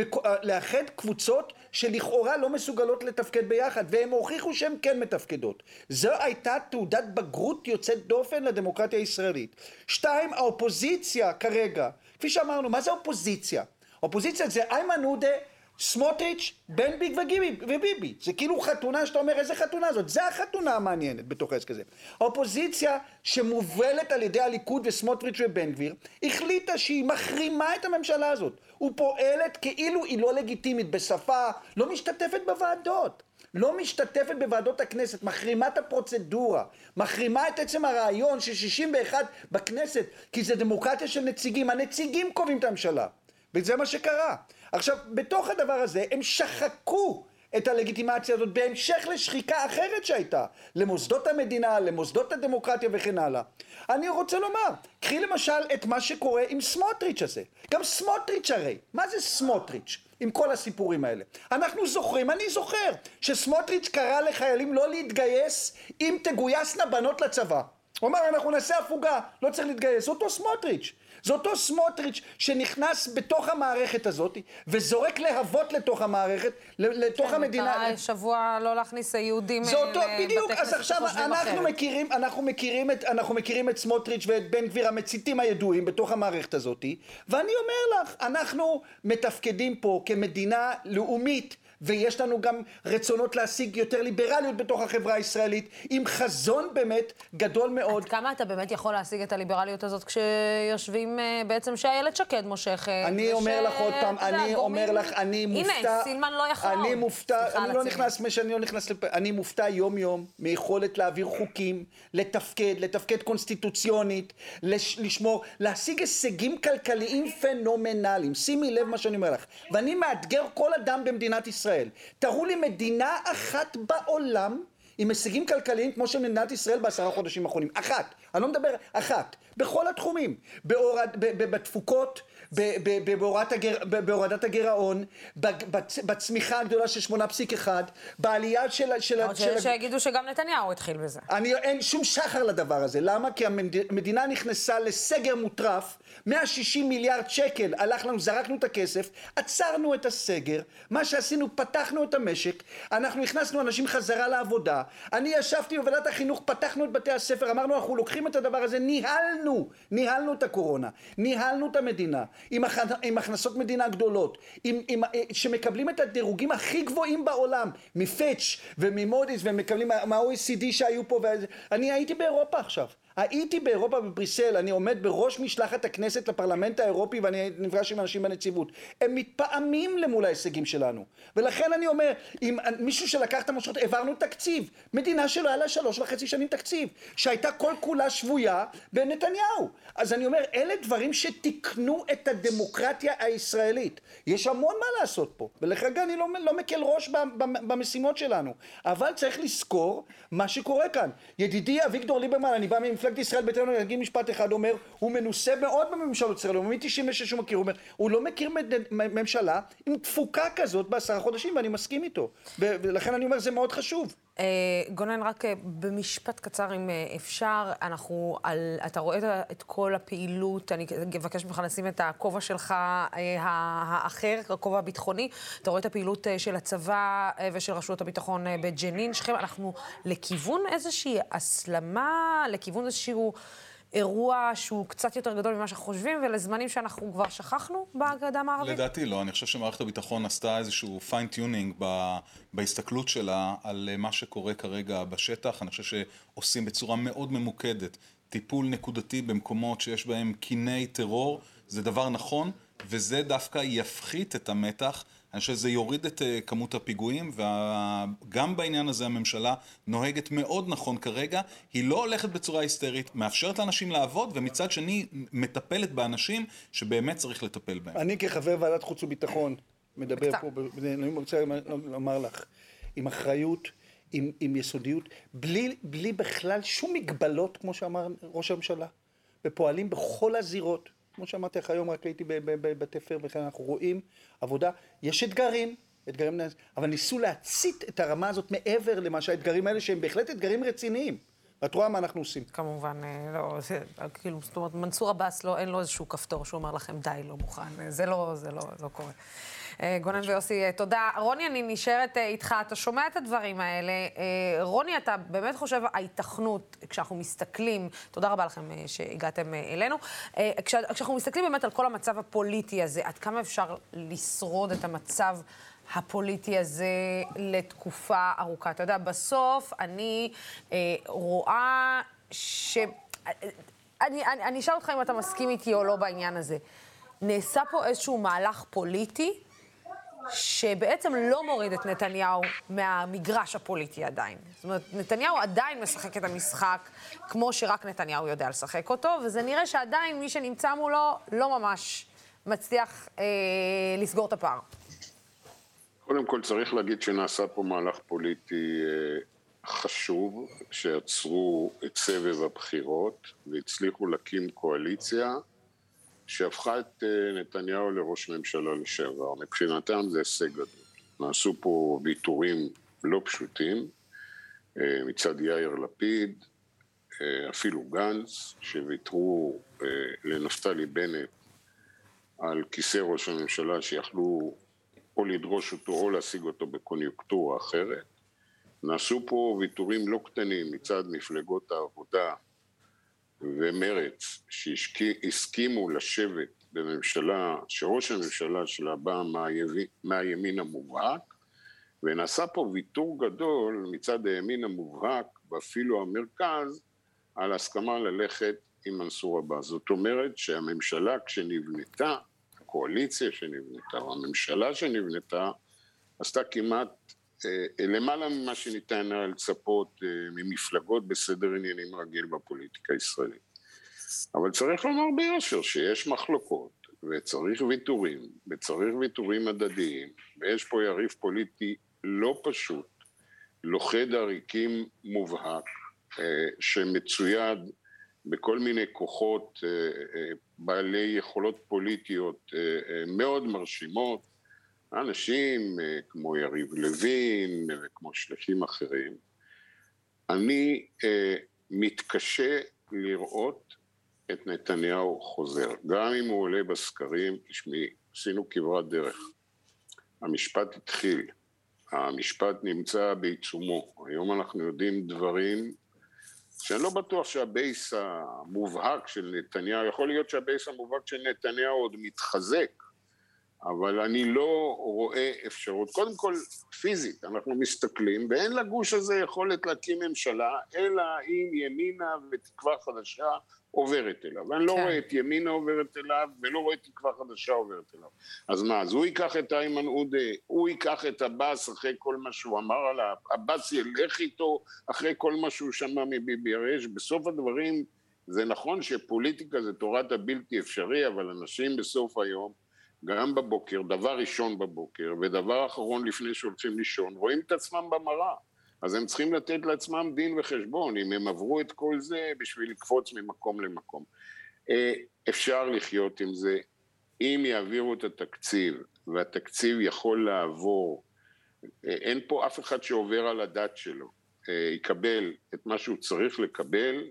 לאחד קבוצות שלכאורה לא מסוגלות לתפקד ביחד, והם הוכיחו שהן כן מתפקדות. זו הייתה תעודת בגרות יוצאת דופן לדמוקרטיה הישראלית. שתיים, האופוזיציה כרגע, כפי שאמרנו, מה זה אופוזיציה? אופוזיציה זה איימן עודה, סמוטריץ', בן ביג וביבי. זה כאילו חתונה שאתה אומר, איזה חתונה זאת? זה החתונה המעניינת בתוך העסק הזה. האופוזיציה שמובלת על ידי הליכוד וסמוטריץ' ובן גביר, החליטה שהיא מחרימה את הממשלה הזאת. ופועלת כאילו היא לא לגיטימית בשפה, לא משתתפת בוועדות. לא משתתפת בוועדות הכנסת, מחרימה את הפרוצדורה, מחרימה את עצם הרעיון של שישים ואחת בכנסת, כי זה דמוקרטיה של נציגים. הנציגים קובעים את הממשלה. וזה מה שקרה. עכשיו, בתוך הדבר הזה, הם שחקו את הלגיטימציה הזאת בהמשך לשחיקה אחרת שהייתה, למוסדות המדינה, למוסדות הדמוקרטיה וכן הלאה. אני רוצה לומר, קחי למשל את מה שקורה עם סמוטריץ' הזה. גם סמוטריץ' הרי, מה זה סמוטריץ' עם כל הסיפורים האלה? אנחנו זוכרים, אני זוכר, שסמוטריץ' קרא לחיילים לא להתגייס אם תגויסנה בנות לצבא. הוא אמר, אנחנו נעשה הפוגה, לא צריך להתגייס. אותו סמוטריץ'. זה אותו סמוטריץ' שנכנס בתוך המערכת הזאת, וזורק להבות לתוך המערכת, לתוך המדינה. כן, שבוע לא להכניס יהודים לבתי כנסת שחושבים אחרת. בדיוק, אז עכשיו אנחנו מכירים, אנחנו מכירים את, אנחנו מכירים את סמוטריץ' ואת בן גביר, המציתים הידועים בתוך המערכת הזאת, ואני אומר לך, אנחנו מתפקדים פה כמדינה לאומית, ויש לנו גם רצונות להשיג יותר ליברליות בתוך החברה הישראלית, עם חזון באמת גדול מאוד. עד כמה אתה באמת יכול להשיג את הליברליות הזאת כשיושבים בעצם שהילד שקד מושך? אני אומר לך עוד פעם, אני אומר לך, אני מופתע. הנה, סילמן לא יכול. אני מופתע, אני לא נכנס, שאני לא נכנס, אני מופתע יום יום מיכולת להעביר חוקים, לתפקד, לתפקד קונסטיטוציונית, לשמור, להשיג הישגים כלכליים פנומנליים. שימי לב מה שאני אומר לך. ואני מאתגר כל אדם במדינת ישראל. תראו לי מדינה אחת בעולם עם הישגים כלכליים כמו של מדינת ישראל בעשרה חודשים האחרונים. אחת. אני לא מדבר אחת. בכל התחומים, בהורד, בתפוקות, בהורדת הגירעון, בצמיחה הגדולה של שמונה נקודה אחת, בעלייה של... עוד שיש שיגידו שגם נתניהו התחיל בזה. אין שום שחר לדבר הזה. למה? כי המדינה נכנסה לסגר מוטרף, מאה ושישים מיליארד שקל, הלך לנו, זרקנו את הכסף, עצרנו את הסגר, מה שעשינו, פתחנו את המשק, אנחנו הכנסנו אנשים חזרה לעבודה, אני ישבתי בוועדת החינוך, פתחנו את בתי הספר, אמרנו, אנחנו לוקחים את הדבר הזה, ניהלנו, ניהלנו את הקורונה, ניהלנו את המדינה, עם, הכ... עם הכנסות מדינה גדולות, עם, עם... שמקבלים את הדירוגים הכי גבוהים בעולם, מפץ' וממודי'ס, ומקבלים מה-או אי סי די שהיו פה, ואני הייתי באירופה עכשיו. הייתי באירופה בבריסל, אני עומד בראש משלחת הכנסת לפרלמנט האירופי ואני נפגש עם אנשים בנציבות. הם מתפעמים למול ההישגים שלנו. ולכן אני אומר, אם מישהו שלקח את המושכות, העברנו תקציב. מדינה שלא היה לה שלוש וחצי שנים תקציב, שהייתה כל כולה שבויה בנתניהו. אז אני אומר, אלה דברים שתקנו את הדמוקרטיה הישראלית. יש המון מה לעשות פה. ולכן אני לא, לא מקל ראש במשימות שלנו. אבל צריך לזכור מה שקורה כאן. ידידי אביגדור ליברמן, אני בא ממפלגת ישראל ביתנו, אני אגיד משפט אחד, אומר, הוא מנוסה מאוד בממשלות ישראל, הוא מ-תשעים ושש הוא מכיר, הוא אומר, הוא לא מכיר ממשלה עם תפוקה כזאת בעשרה חודשים, ואני מסכים איתו. ולכן אני אומר, זה מאוד חשוב. גונן, רק במשפט קצר אם אפשר, אנחנו, על, אתה רואה את כל הפעילות, אני אבקש ממך לשים את הכובע שלך האחר, הכובע הביטחוני, אתה רואה את הפעילות של הצבא ושל רשויות הביטחון בג'נין, שכם, אנחנו לכיוון איזושהי הסלמה, לכיוון איזשהו אירוע שהוא קצת יותר גדול ממה שאנחנו חושבים, ולזמנים שאנחנו כבר שכחנו בגדה המערבית? לדעתי לא, אני חושב שמערכת הביטחון עשתה איזשהו פיין-טיונינג ב... בהסתכלות שלה על מה שקורה כרגע בשטח. אני חושב שעושים בצורה מאוד ממוקדת טיפול נקודתי במקומות שיש בהם קיני טרור, זה דבר נכון, וזה דווקא יפחית את המתח. אני חושב שזה יוריד את uh, כמות הפיגועים, וגם בעניין הזה הממשלה נוהגת מאוד נכון כרגע. היא לא הולכת בצורה היסטרית, מאפשרת לאנשים לעבוד, ומצד שני מטפלת באנשים שבאמת צריך לטפל בהם. אני כחבר ועדת חוץ וביטחון מדבר פה, אני רוצה לומר לך, עם אחריות, עם, עם יסודיות, בלי, בלי בכלל שום מגבלות, כמו שאמר ראש הממשלה, ופועלים בכל הזירות. כמו שאמרתי לך היום, רק הייתי בתפר, וכן אנחנו רואים עבודה, יש אתגרים, אתגרים, אבל ניסו להצית את הרמה הזאת מעבר למה שהאתגרים האלה, שהם בהחלט אתגרים רציניים. ואת רואה מה אנחנו עושים. כמובן, לא, זה, כאילו, זאת אומרת, מנסור עבאס, לא, אין לו איזשהו כפתור שהוא אומר לכם, די, לא מוכן, זה לא, זה לא, לא קורה. גונן ויוסי, תודה. רוני, אני נשארת איתך, אתה שומע את הדברים האלה. רוני, אתה באמת חושב, ההיתכנות, כשאנחנו מסתכלים, תודה רבה לכם שהגעתם אלינו, כשאנחנו מסתכלים באמת על כל המצב הפוליטי הזה, עד כמה אפשר לשרוד את המצב הפוליטי הזה לתקופה ארוכה? אתה יודע, בסוף אני רואה ש... אני, אני, אני אשאל אותך אם אתה מסכים איתי או לא בעניין הזה. נעשה פה איזשהו מהלך פוליטי, שבעצם לא מוריד את נתניהו מהמגרש הפוליטי עדיין. זאת אומרת, נתניהו עדיין משחק את המשחק כמו שרק נתניהו יודע לשחק אותו, וזה נראה שעדיין מי שנמצא מולו לא ממש מצליח אה, לסגור את הפער. קודם כל צריך להגיד שנעשה פה מהלך פוליטי אה, חשוב, שעצרו את סבב הבחירות והצליחו להקים קואליציה, שהפכה את נתניהו לראש ממשלה לשעבר. מבחינתם זה הישג גדול. נעשו פה ויתורים לא פשוטים, מצד יאיר לפיד, אפילו גנץ, שוויתרו לנפתלי בנט על כיסא ראש הממשלה, שיכלו או לדרוש אותו או להשיג אותו בקוניוקטורה אחרת. נעשו פה ויתורים לא קטנים מצד מפלגות העבודה, ומרץ שהסכימו לשבת בממשלה, שראש הממשלה שלה בא מהימין המובהק, ונעשה פה ויתור גדול מצד הימין המובהק, ואפילו המרכז, על הסכמה ללכת עם מנסור עבאס. זאת אומרת שהממשלה כשנבנתה, הקואליציה שנבנתה, או הממשלה שנבנתה, עשתה כמעט אה, למעלה ממה שניתן היה לצפות אה, ממפלגות בסדר עניינים רגיל בפוליטיקה הישראלית. אבל צריך לומר ביושר שיש מחלוקות, וצריך ויתורים, וצריך ויתורים הדדיים, ויש פה יריב פוליטי לא פשוט, לוכד עריקים מובהק, אה, שמצויד בכל מיני כוחות בעלי יכולות פוליטיות מאוד מרשימות, אנשים כמו יריב לוין וכמו שליחים אחרים. אני מתקשה לראות את נתניהו חוזר, גם אם הוא עולה בסקרים. תשמעי, עשינו כברת דרך, המשפט התחיל, המשפט נמצא בעיצומו, היום אנחנו יודעים דברים שאני לא בטוח שהבייס המובהק של נתניהו, יכול להיות שהבייס המובהק של נתניהו עוד מתחזק, אבל אני לא רואה אפשרות. קודם כל, פיזית, אנחנו מסתכלים, ואין לגוש הזה יכולת להקים ממשלה, אלא אם ימינה ותקווה חדשה עוברת אליו. ואני לא רואה את ימינה עוברת אליו, ולא רואה את תקווה חדשה עוברת אליו. אז מה, אז הוא ייקח את איימן עודה, הוא ייקח את עבאס אחרי כל מה שהוא אמר עליו, עבאס ילך איתו אחרי כל מה שהוא שמע מביבי. הרי בסוף הדברים, זה נכון שפוליטיקה זה תורת הבלתי אפשרי, אבל אנשים בסוף היום, גם בבוקר, דבר ראשון בבוקר, ודבר אחרון לפני שהולכים לישון, רואים את עצמם במראה. אז הם צריכים לתת לעצמם דין וחשבון, אם הם עברו את כל זה בשביל לקפוץ ממקום למקום. אפשר לחיות עם זה, אם יעבירו את התקציב, והתקציב יכול לעבור, אין פה אף אחד שעובר על הדת שלו, יקבל את מה שהוא צריך לקבל,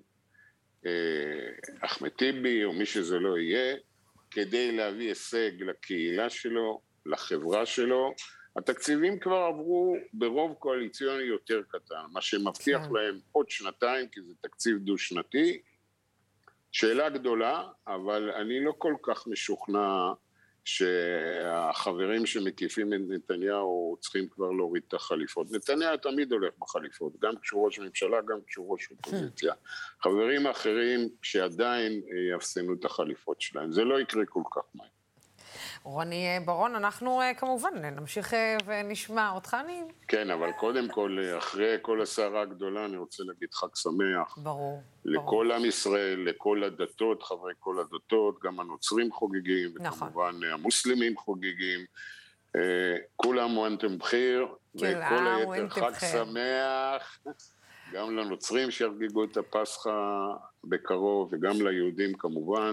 אחמד טיבי או מי שזה לא יהיה, כדי להביא הישג לקהילה שלו, לחברה שלו. התקציבים כבר עברו ברוב קואליציוני יותר קטן, מה שמבטיח להם עוד שנתיים, כי זה תקציב דו-שנתי. שאלה גדולה, אבל אני לא כל כך משוכנע שהחברים שמקיפים את נתניהו צריכים כבר להוריד את החליפות. נתניהו תמיד הולך בחליפות, גם כשהוא ראש ממשלה, גם כשהוא ראש אופוזיציה. חברים אחרים שעדיין יפסנו את החליפות שלהם. זה לא יקרה כל כך מהר. רוני ברון, אנחנו כמובן נמשיך ונשמע אותך. אני... כן, אבל קודם כל, אחרי כל הסערה הגדולה, אני רוצה להגיד חג שמח. ברור. לכל ברור. עם ישראל, לכל הדתות, חברי כל הדתות, גם הנוצרים חוגגים, נכון. וכמובן המוסלמים חוגגים. כולם ואנתם בחיר, וכל היתר חג שמח. גם לנוצרים שיחגגו את הפסחא בקרוב, וגם ליהודים כמובן.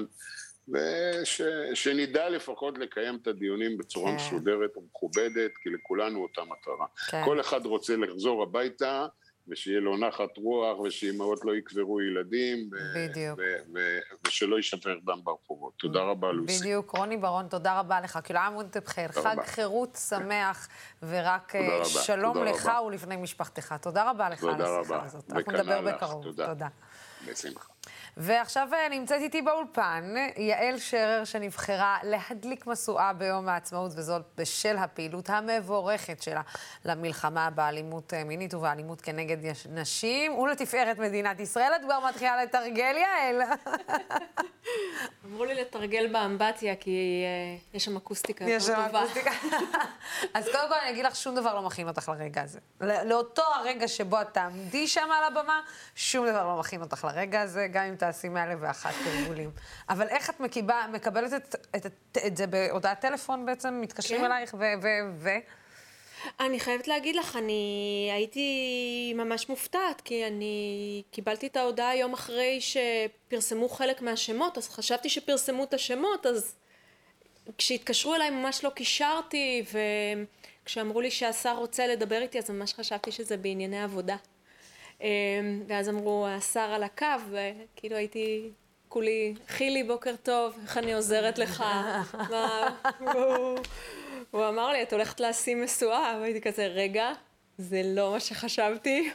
ושנדע לפחות לקיים את הדיונים בצורה מסודרת ומכובדת, כי לכולנו אותה מטרה. כל אחד רוצה לחזור הביתה, ושיהיה לו נחת רוח, ושאימהות לא יקברו ילדים, ושלא יישפך דם ברחובות. תודה רבה, לוסי. בדיוק, רוני ברון, תודה רבה לך. כאילו, עמוד בחיר, חג חירות שמח, ורק שלום לך ולבני משפחתך. תודה רבה לך על השיחה הזאת. אנחנו נדבר בקרוב. תודה. בשמחה. ועכשיו נמצאת איתי באולפן יעל שרר, שנבחרה להדליק משואה ביום העצמאות, וזאת בשל הפעילות המבורכת שלה למלחמה באלימות מינית ובאלימות כנגד נשים ולתפארת מדינת ישראל. את כבר מתחילה לתרגל, יעל? אמרו לי לתרגל באמבטיה, כי יש שם אקוסטיקה יותר טובה. יש שם אקוסטיקה. אז קודם כל אני אגיד לך, שום דבר לא מכין אותך לרגע הזה. לאותו הרגע שבו את תעמדי שם על הבמה, שום דבר לא מכין אותך לרגע הזה, גם אם תעשי מאלה ואחת תרגולים. אבל איך את מקיבה, מקבלת את, את, את, את זה בהודעת טלפון בעצם? מתקשרים כן. אלייך ו... ו, ו... אני חייבת להגיד לך, אני הייתי ממש מופתעת, כי אני קיבלתי את ההודעה יום אחרי שפרסמו חלק מהשמות, אז חשבתי שפרסמו את השמות, אז כשהתקשרו אליי ממש לא קישרתי, וכשאמרו לי שהשר רוצה לדבר איתי, אז ממש חשבתי שזה בענייני עבודה. ואז אמרו, השר על הקו, וכאילו הייתי כולי, חילי, בוקר טוב, איך אני עוזרת לך? מה? הוא אמר לי, את הולכת לשים משואה, והייתי כזה, רגע, זה לא מה שחשבתי.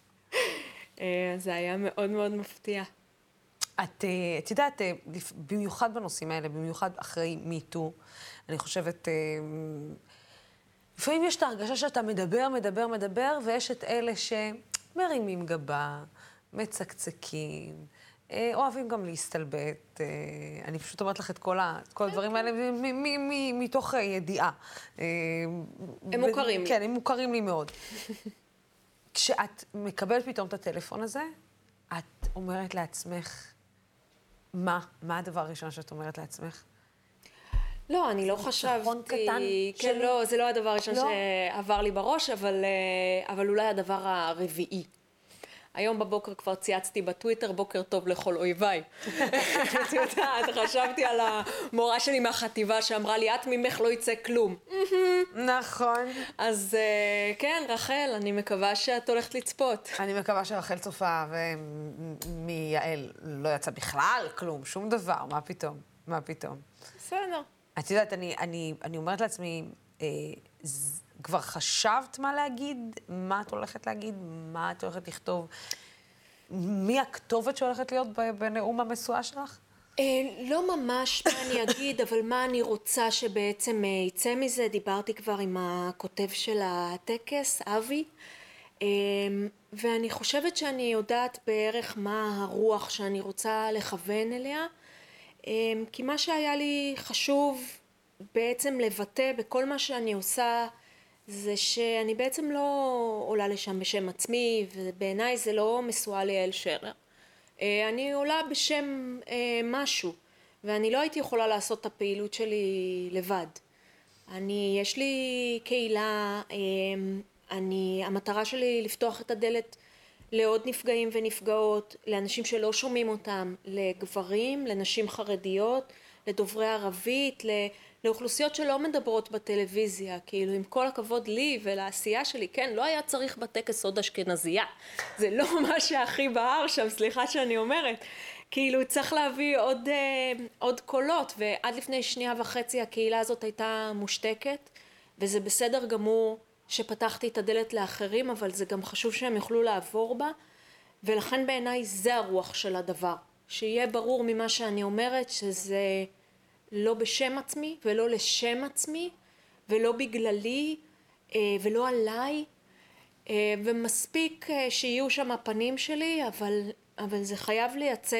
זה היה מאוד מאוד מפתיע. את, את יודעת, במיוחד בנושאים האלה, במיוחד אחרי מיטו, אני חושבת, לפעמים יש את ההרגשה שאתה מדבר, מדבר, מדבר, ויש את אלה שמרימים גבה, מצקצקים, אוהבים גם להסתלבט. אני פשוט אומרת לך את כל הדברים האלה מתוך ידיעה. הם מוכרים לי. כן, הם מוכרים לי מאוד. כשאת מקבלת פתאום את הטלפון הזה, את אומרת לעצמך, מה? מה הדבר הראשון שאת אומרת לעצמך? לא, אני לא חשבתי... כן, לא, זה לא הדבר הראשון שעבר לי בראש, אבל אולי הדבר הרביעי. היום בבוקר כבר צייצתי בטוויטר, בוקר טוב לכל אויביי. את יודעת, חשבתי על המורה שלי מהחטיבה שאמרה לי, את ממך לא יצא כלום. נכון. אז כן, רחל, אני מקווה שאת הולכת לצפות. אני מקווה שרחל צופה ומיעל לא יצא בכלל כלום, שום דבר, מה פתאום, מה פתאום. בסדר. את יודעת, אני, אני, אני אומרת לעצמי, אה, ז, כבר חשבת מה להגיד? מה את הולכת להגיד? מה את הולכת לכתוב? מי הכתובת שהולכת להיות בנאום המסועה שלך? אה, לא ממש מה אני אגיד, אבל מה אני רוצה שבעצם אה, יצא מזה. דיברתי כבר עם הכותב של הטקס, אבי, אה, ואני חושבת שאני יודעת בערך מה הרוח שאני רוצה לכוון אליה, אה, כי מה שהיה לי חשוב בעצם לבטא בכל מה שאני עושה, זה שאני בעצם לא עולה לשם בשם עצמי, ובעיניי זה לא מסועה ליעל שרר. אני עולה בשם משהו, ואני לא הייתי יכולה לעשות את הפעילות שלי לבד. אני, יש לי קהילה, אני, המטרה שלי לפתוח את הדלת לעוד נפגעים ונפגעות, לאנשים שלא שומעים אותם, לגברים, לנשים חרדיות, לדוברי ערבית, לאוכלוסיות שלא מדברות בטלוויזיה, כאילו עם כל הכבוד לי ולעשייה שלי, כן, לא היה צריך בטקס עוד אשכנזייה, זה לא מה שהכי בער שם, סליחה שאני אומרת, כאילו צריך להביא עוד, עוד קולות, ועד לפני שנייה וחצי הקהילה הזאת הייתה מושתקת, וזה בסדר גמור שפתחתי את הדלת לאחרים, אבל זה גם חשוב שהם יוכלו לעבור בה, ולכן בעיניי זה הרוח של הדבר, שיהיה ברור ממה שאני אומרת, שזה לא בשם עצמי ולא לשם עצמי ולא בגללי ולא עליי, ומספיק שיהיו שם הפנים שלי, אבל, אבל זה חייב לייצג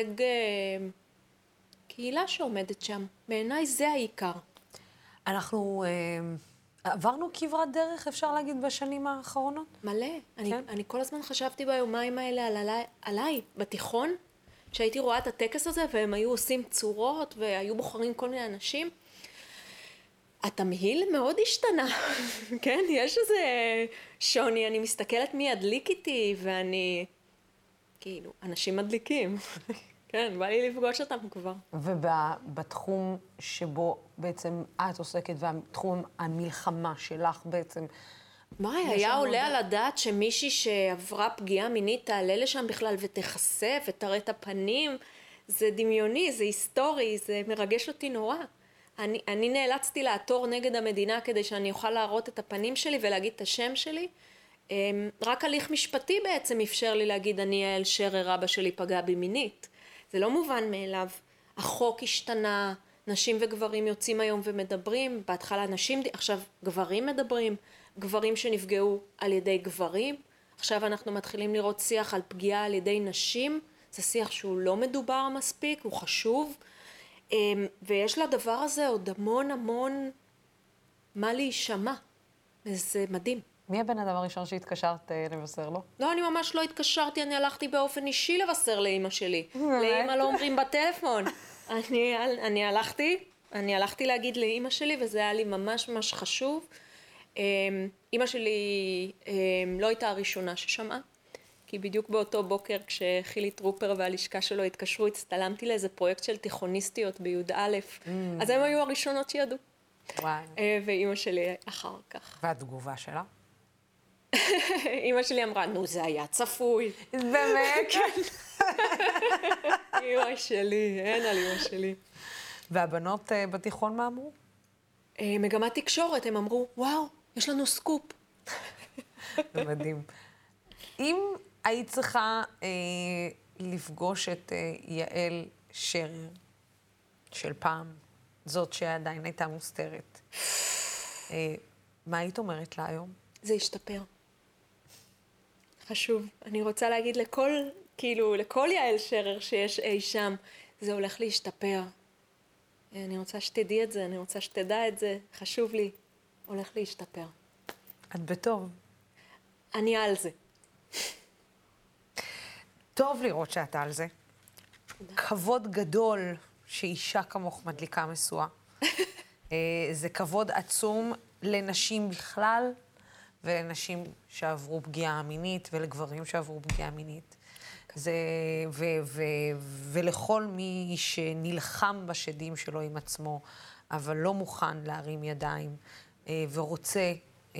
קהילה שעומדת שם. בעיניי זה העיקר. אנחנו עברנו כברת דרך, אפשר להגיד, בשנים האחרונות? מלא. כן? אני, אני כל הזמן חשבתי ביומיים האלה על עליי, עליי בתיכון, שהייתי רואה את הטקס הזה, והם היו עושים צורות, והיו בוחרים כל מיני אנשים. התמהיל מאוד השתנה, כן? יש איזה שוני, אני מסתכלת מי ידליק איתי, ואני, כאילו, אנשים מדליקים. כן, בא לי לפגוש אותם כבר. ובתחום שבו בעצם את עוסקת, והתחום המלחמה שלך בעצם, מה, היה עולה על הדעת שמישהי שעברה פגיעה מינית תעלה לשם בכלל ותחשף ותראה את הפנים? זה דמיוני, זה היסטורי, זה מרגש אותי נורא. אני, אני נאלצתי לעתור נגד המדינה כדי שאני אוכל להראות את הפנים שלי ולהגיד את השם שלי. רק הליך משפטי בעצם אפשר לי להגיד, אני יעל שרר, אבא שלי פגע בי מינית. זה לא מובן מאליו. החוק השתנה, נשים וגברים יוצאים היום ומדברים, בהתחלה נשים, עכשיו גברים מדברים, גברים שנפגעו על ידי גברים. עכשיו אנחנו מתחילים לראות שיח על פגיעה על ידי נשים, זה שיח שהוא לא מדובר מספיק, הוא חשוב, ויש לדבר הזה עוד המון המון מה להישמע, וזה מדהים. מי הבן אדם הראשון שהתקשרת לבשר לו? לא, אני ממש לא התקשרתי, אני הלכתי באופן אישי לבשר לאמא שלי. לאמא לא אומרים בטלפון. אני, אני הלכתי, אני הלכתי להגיד לאמא שלי, וזה היה לי ממש ממש חשוב. אמא שלי לא הייתה הראשונה ששמעה, כי בדיוק באותו בוקר כשחילי טרופר והלשכה שלו התקשרו, הצטלמתי לאיזה פרויקט של תיכוניסטיות בי"א, mm. אז הם היו הראשונות שידעו. וואי. ואמא שלי אחר כך. והתגובה שלה? אמא שלי אמרה, נו, זה היה צפוי. באמת? כן. אמא שלי, אין על אמא שלי. והבנות בתיכון מה אמרו? מגמת תקשורת, הם אמרו, וואו, יש לנו סקופ. זה מדהים. אם היית צריכה אה, לפגוש את אה, יעל שרר של פעם, זאת שעדיין הייתה מוסתרת, אה, מה היית אומרת לה היום? זה השתפר. חשוב. אני רוצה להגיד לכל, כאילו, לכל יעל שרר שיש אי שם, זה הולך להשתפר. אני רוצה שתדעי את זה, אני רוצה שתדע את זה, חשוב לי, הולך להשתפר. את בטוב. אני על זה. טוב לראות שאת על זה. כבוד גדול שאישה כמוך מדליקה משואה. זה כבוד עצום לנשים בכלל, ולנשים שעברו פגיעה מינית, ולגברים שעברו פגיעה מינית. זה, ו, ו, ולכל מי שנלחם בשדים שלו עם עצמו, אבל לא מוכן להרים ידיים, ורוצה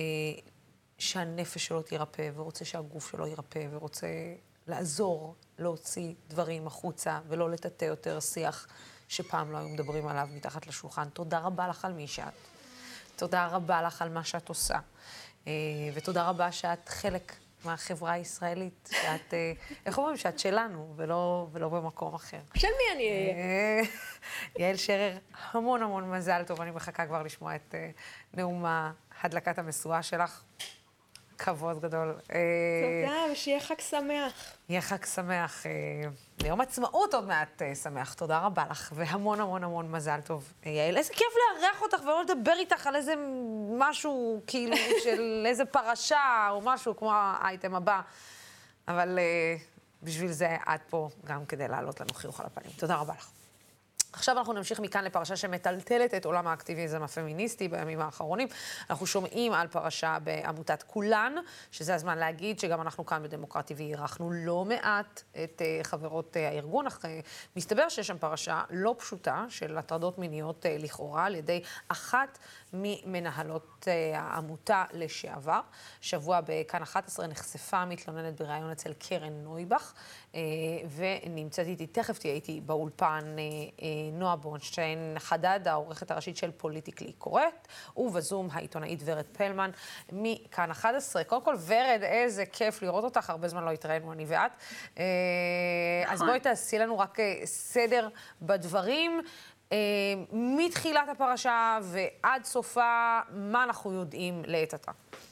שהנפש שלו תירפא, ורוצה שהגוף שלו יירפא, ורוצה לעזור, להוציא דברים החוצה, ולא לטאטא יותר שיח שפעם לא היו מדברים עליו מתחת לשולחן. תודה רבה לך על מי שאת. תודה רבה לך על מה שאת עושה. ותודה רבה שאת חלק מהחברה הישראלית, שאת, איך אומרים, שאת שלנו, ולא, ולא במקום אחר. של מי אני אהיה? יעל שרר, המון המון מזל טוב, אני מחכה כבר לשמוע את נאום הדלקת המשואה שלך. כבוד גדול. תודה, ושיהיה חג שמח. יהיה חג שמח. ליום עצמאות עוד מעט שמח. תודה רבה לך, והמון המון המון מזל טוב. יעל, איזה כיף לארח אותך ולא לדבר איתך על איזה משהו, כאילו, של איזה פרשה או משהו, כמו האייטם הבא. אבל בשביל זה את פה גם כדי לעלות לנו חיוך על הפנים. תודה רבה לך. עכשיו אנחנו נמשיך מכאן לפרשה שמטלטלת את עולם האקטיביזם הפמיניסטי בימים האחרונים. אנחנו שומעים על פרשה בעמותת כולן, שזה הזמן להגיד שגם אנחנו כאן בדמוקרטי ואירחנו לא מעט את uh, חברות uh, הארגון, אך uh, מסתבר שיש שם פרשה לא פשוטה של הטרדות מיניות uh, לכאורה על ידי אחת ממנהלות uh, העמותה לשעבר. שבוע בכאן אחת עשרה נחשפה מתלוננת בראיון אצל קרן נויבך, uh, ונמצאת איתי, תכף תהיה איתי באולפן uh, uh, נועה בורנשטיין חדד, העורכת הראשית של פוליטיקלי קורקט, ובזום העיתונאית ורד פלמן מכאן אחת עשרה. קודם כל, ורד, איזה כיף לראות אותך, הרבה זמן לא התראינו, אני ואת. אז בואי תעשי לנו רק סדר בדברים. מתחילת הפרשה ועד סופה, מה אנחנו יודעים לעת עתה?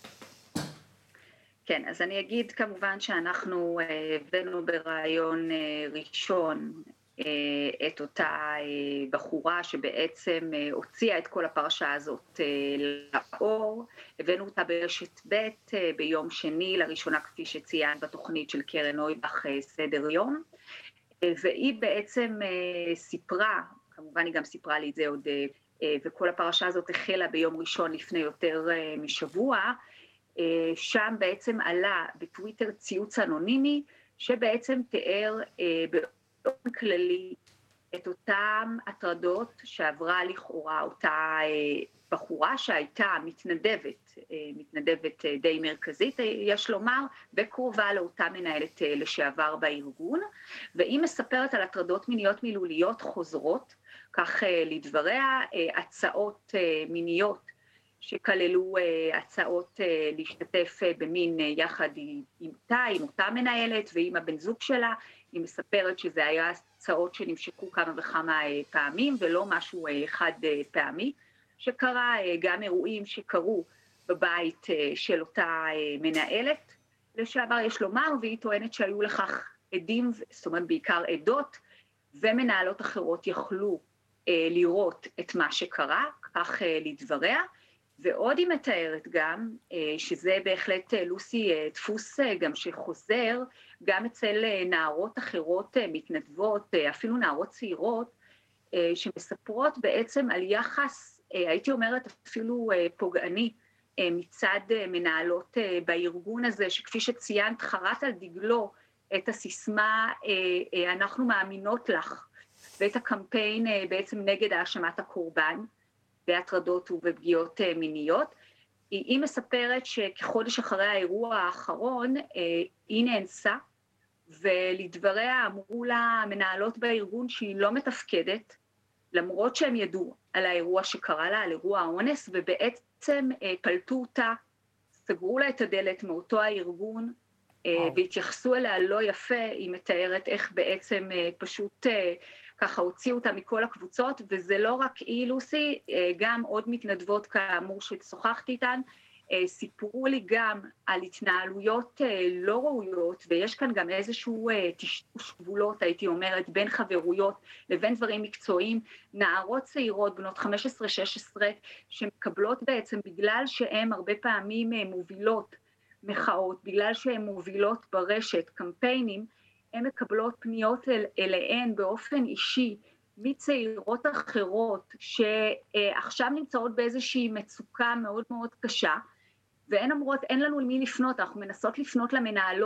כן, אז אני אגיד כמובן שאנחנו הבאנו ברעיון ראשון את אותה בחורה שבעצם הוציאה את כל הפרשה הזאת לאור. הבאנו אותה ברשת ב' ביום שני, לראשונה כפי שציין בתוכנית של קרן נויבך סדר יום, והיא בעצם סיפרה, כמובן היא גם סיפרה לי את זה עוד, וכל הפרשה הזאת החלה ביום ראשון לפני יותר משבוע. שם בעצם עלה בטוויטר ציוץ אנונימי שבעצם תיאר באופן כללי את אותם הטרדות שעברה לכאורה אותה בחורה שהייתה מתנדבת, מתנדבת די מרכזית יש לומר, וקרובה לאותה מנהלת לשעבר בארגון, והיא מספרת על הטרדות מיניות מילוליות חוזרות, כך לדבריה, הצעות מיניות שכללו הצעות להשתתף במין יחד איתה, עם אותה מנהלת ועם הבן זוג שלה. היא מספרת שזה היה הצעות שנמשכו כמה וכמה פעמים ולא משהו חד פעמי, שקרה גם אירועים שקרו בבית של אותה מנהלת לשעבר יש לומר, והיא טוענת שהיו לכך עדים, זאת אומרת בעיקר עדות, ומנהלות אחרות יכלו לראות את מה שקרה, כך לדבריה. ועוד היא מתארת גם, שזה בהחלט לוסי דפוס גם שחוזר, גם אצל נערות אחרות מתנדבות, אפילו נערות צעירות, שמספרות בעצם על יחס, הייתי אומרת אפילו פוגעני, מצד מנהלות בארגון הזה, שכפי שציינת חרת על דגלו את הסיסמה, אנחנו מאמינות לך, ואת הקמפיין בעצם נגד האשמת הקורבן, בהטרדות ובפגיעות מיניות. היא מספרת שכחודש אחרי האירוע האחרון, היא נאנסה, ולדבריה אמרו לה מנהלות בארגון שהיא לא מתפקדת, למרות שהם ידעו על האירוע שקרה לה, על אירוע האונס, ובעצם פלטו אותה, סגרו לה את הדלת מאותו הארגון, והתייחסו אליה לא יפה. היא מתארת איך בעצם פשוט ככה הוציאו אותה מכל הקבוצות, וזה לא רק היא לוסי, גם עוד מתנדבות כאמור ששוחחתי איתן, סיפרו לי גם על התנהלויות לא ראויות, ויש כאן גם איזשהו טשטוש גבולות, הייתי אומרת, בין חברויות לבין דברים מקצועיים, נערות צעירות, בנות חמש עשרה שש עשרה, שמקבלות בעצם בגלל שהן הרבה פעמים מובילות מחאות, בגלל שהן מובילות ברשת קמפיינים, הן מקבלות פניות אל, אליהן באופן אישי, מצעירות אחרות שעכשיו נמצאות באיזושהי מצוקה מאוד מאוד קשה, והן אומרות, אין לנו למי לפנות, אנחנו מנסות לפנות למנהלות,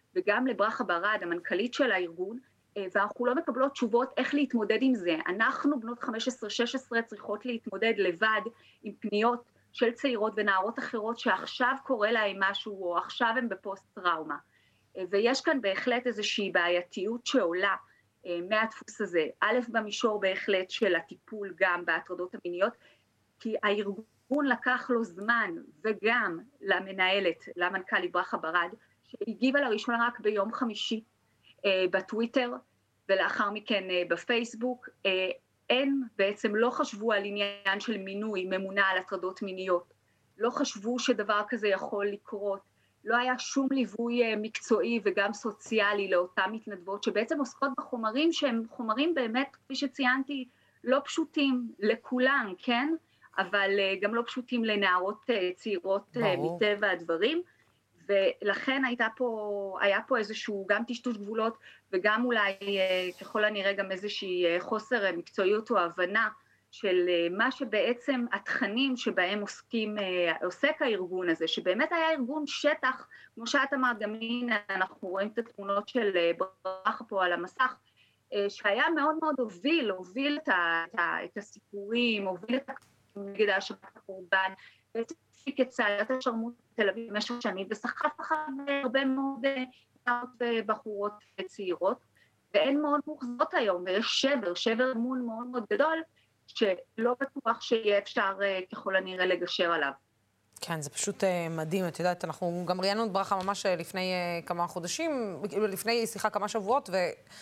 וגם לברכה ברד, המנכ"לית של הארגון, ואנחנו לא מקבלות תשובות איך להתמודד עם זה. אנחנו, בנות חמש עשרה שש עשרה, צריכות להתמודד לבד עם פניות של צעירות ונערות אחרות שעכשיו קורה להם משהו, או עכשיו הם בפוסט-טראומה. ויש כאן בהחלט איזושהי בעייתיות שעולה מהדפוס הזה. א', במישור בהחלט של הטיפול גם בהטרדות המיניות, כי הארגון לקח לו זמן, וגם למנהלת, למנכ"לית ברכה ברד, שהגיבה לראשונה רק ביום חמישי בטוויטר, ולאחר מכן בפייסבוק. אין, בעצם לא חשבו על עניין של מינוי ממונה על הטרדות מיניות, לא חשבו שדבר כזה יכול לקרות, לא היה שום ליווי מקצועי וגם סוציאלי לאותן מתנדבות שבעצם עוסקות בחומרים שהם חומרים באמת, כפי שציינתי, לא פשוטים לכולם, כן? אבל גם לא פשוטים לנערות צעירות מטבע הדברים, ולכן הייתה פה, היה פה איזשהו גם טשטוש גבולות, וגם אולי ככל הנראה גם איזושהי חוסר מקצועיות או הבנה של מה שבעצם התכנים שבהם עוסקים, עוסק הארגון הזה, שבאמת היה ארגון שטח, כמו שאת אמרת, גם הנה אנחנו רואים את התמונות של ברכה פה על המסך, שהיה מאוד מאוד הוביל, הוביל את, ה, את הסיפורים, הוביל את נגד האשמת הקורבן, בעצם הפיק את צעדת השרמוט בתל אביב במשך שנים, וסחף אחר הרבה מאוד בחורות צעירות, והן מאוד מוחזרות היום, ויש שבר, שבר אמון מאוד מאוד גדול, שלא בטוח שיהיה אפשר ככל הנראה לגשר עליו. כן, זה פשוט מדהים, את יודעת, אנחנו גם ראיינו את ברכה ממש לפני כמה חודשים, לפני, סליחה, כמה שבועות, ו...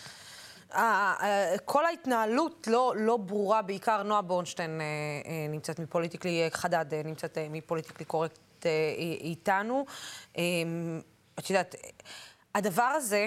כל ההתנהלות לא, לא ברורה, בעיקר נועה בורנשטיין נמצאת מפוליטיקלי, חדד נמצאת מפוליטיקלי קורקט איתנו. את יודעת, הדבר הזה,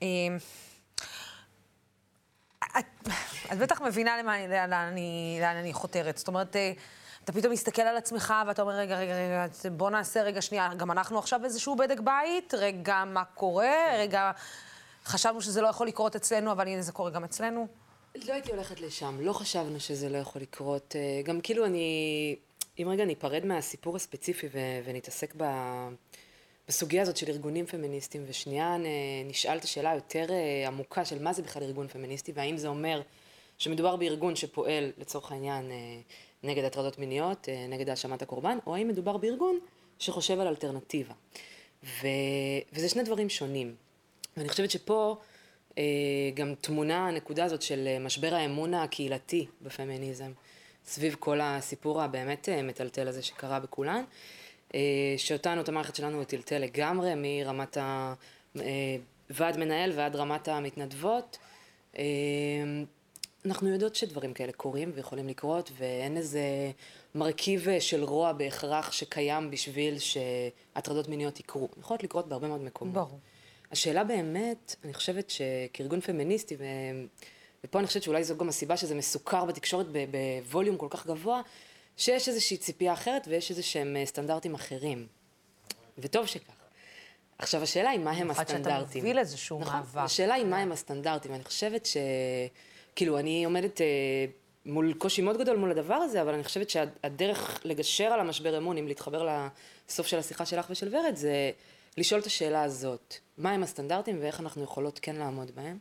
את, את בטח מבינה למה, לאן אני, לאן אני חותרת. זאת אומרת, אתה פתאום מסתכל על עצמך ואתה אומר, רגע, רגע, רגע, בוא נעשה רגע שנייה, גם אנחנו עכשיו איזשהו בדק בית, רגע, מה קורה, רגע... חשבנו שזה לא יכול לקרות אצלנו, אבל הנה זה קורה גם אצלנו. לא הייתי הולכת לשם, לא חשבנו שזה לא יכול לקרות. גם כאילו אני, אם רגע ניפרד מהסיפור הספציפי ו- ונתעסק ב- בסוגיה הזאת של ארגונים פמיניסטיים, ושנייה נשאל את השאלה יותר עמוקה של מה זה בכלל ארגון פמיניסטי, והאם זה אומר שמדובר בארגון שפועל לצורך העניין נגד הטרדות מיניות, נגד האשמת הקורבן, או האם מדובר בארגון שחושב על אלטרנטיבה. ו- וזה שני דברים שונים. ואני חושבת שפה אה, גם תמונה הנקודה הזאת של משבר האמון הקהילתי בפמיניזם, סביב כל הסיפור הבאמת מטלטל הזה שקרה בכולן, אה, שאותנו, את המערכת שלנו טלטל לגמרי, מרמת הוועד מנהל ועד רמת המתנדבות. אה, אנחנו יודעות שדברים כאלה קורים ויכולים לקרות, ואין איזה מרכיב של רוע בהכרח שקיים בשביל שהטרדות מיניות יקרו. יכולות לקרות בהרבה מאוד מקומות. ברור. השאלה באמת, אני חושבת שכארגון פמיניסטי, ו... ופה אני חושבת שאולי זו גם הסיבה שזה מסוכר בתקשורת בווליום כל כך גבוה, שיש איזושהי ציפייה אחרת ויש איזשהם סטנדרטים אחרים. וטוב שכך. עכשיו, השאלה היא מה הם הסטנדרטים. שאתה מוביל איזשהו נכון, מאבק. השאלה היא מה הם הסטנדרטים. אני חושבת ש... כאילו, אני עומדת מול קושי מאוד גדול מול הדבר הזה, אבל אני חושבת שהדרך לגשר על המשבר אמון, אם להתחבר לסוף של השיחה שלך ושל ורד, זה... לשאול את השאלה הזאת, מה הם הסטנדרטים ואיך אנחנו יכולות כן לעמוד בהם.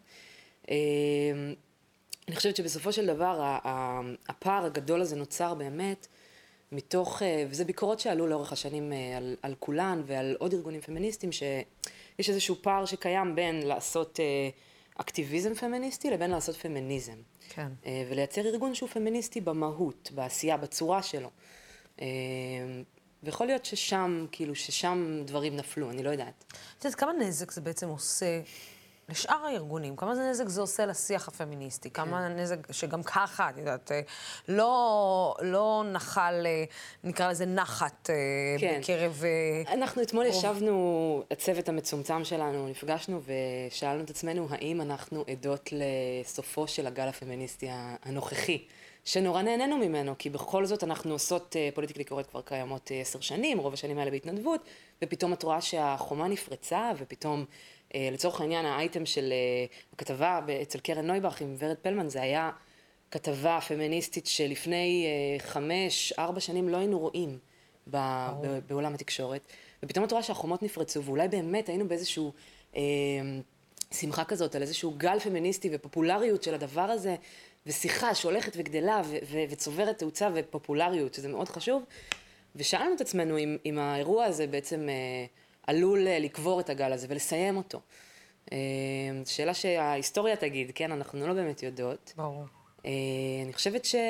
אני חושבת שבסופו של דבר הפער הגדול הזה נוצר באמת מתוך, וזה ביקורות שעלו לאורך השנים על, על כולן ועל עוד ארגונים פמיניסטיים, שיש איזשהו פער שקיים בין לעשות אקטיביזם פמיניסטי לבין לעשות פמיניזם. כן. ולייצר ארגון שהוא פמיניסטי במהות, בעשייה, בצורה שלו. ויכול להיות ששם, כאילו, ששם דברים נפלו, אני לא יודעת. את יודעת, כמה נזק זה בעצם עושה לשאר הארגונים? כמה זה נזק זה עושה לשיח הפמיניסטי? כמה נזק שגם ככה, את יודעת, לא, לא נחל, נקרא לזה נחת כן. בקרב... אנחנו אתמול רוב... ישבנו, הצוות המצומצם שלנו, נפגשנו ושאלנו את עצמנו, האם אנחנו עדות לסופו של הגל הפמיניסטי הנוכחי? שנורא נהנינו ממנו, כי בכל זאת אנחנו עושות פוליטיקלי קורקט כבר קיימות עשר שנים, רוב השנים האלה בהתנדבות, ופתאום את רואה שהחומה נפרצה, ופתאום לצורך העניין האייטם של הכתבה אצל קרן נויבך עם ורד פלמן, זה היה כתבה פמיניסטית שלפני חמש, ארבע שנים לא היינו רואים בעולם התקשורת, ופתאום את רואה שהחומות נפרצו, ואולי באמת היינו באיזשהו שמחה כזאת על איזשהו גל פמיניסטי ופופולריות של הדבר הזה, ושיחה שהולכת וגדלה ו- ו- וצוברת תאוצה ופופולריות, שזה מאוד חשוב. ושאלנו את עצמנו אם, אם האירוע הזה בעצם אה, עלול לקבור את הגל הזה ולסיים אותו. אה, שאלה שההיסטוריה תגיד, כן, אנחנו לא באמת יודעות. ברור. אה, אני חושבת ש...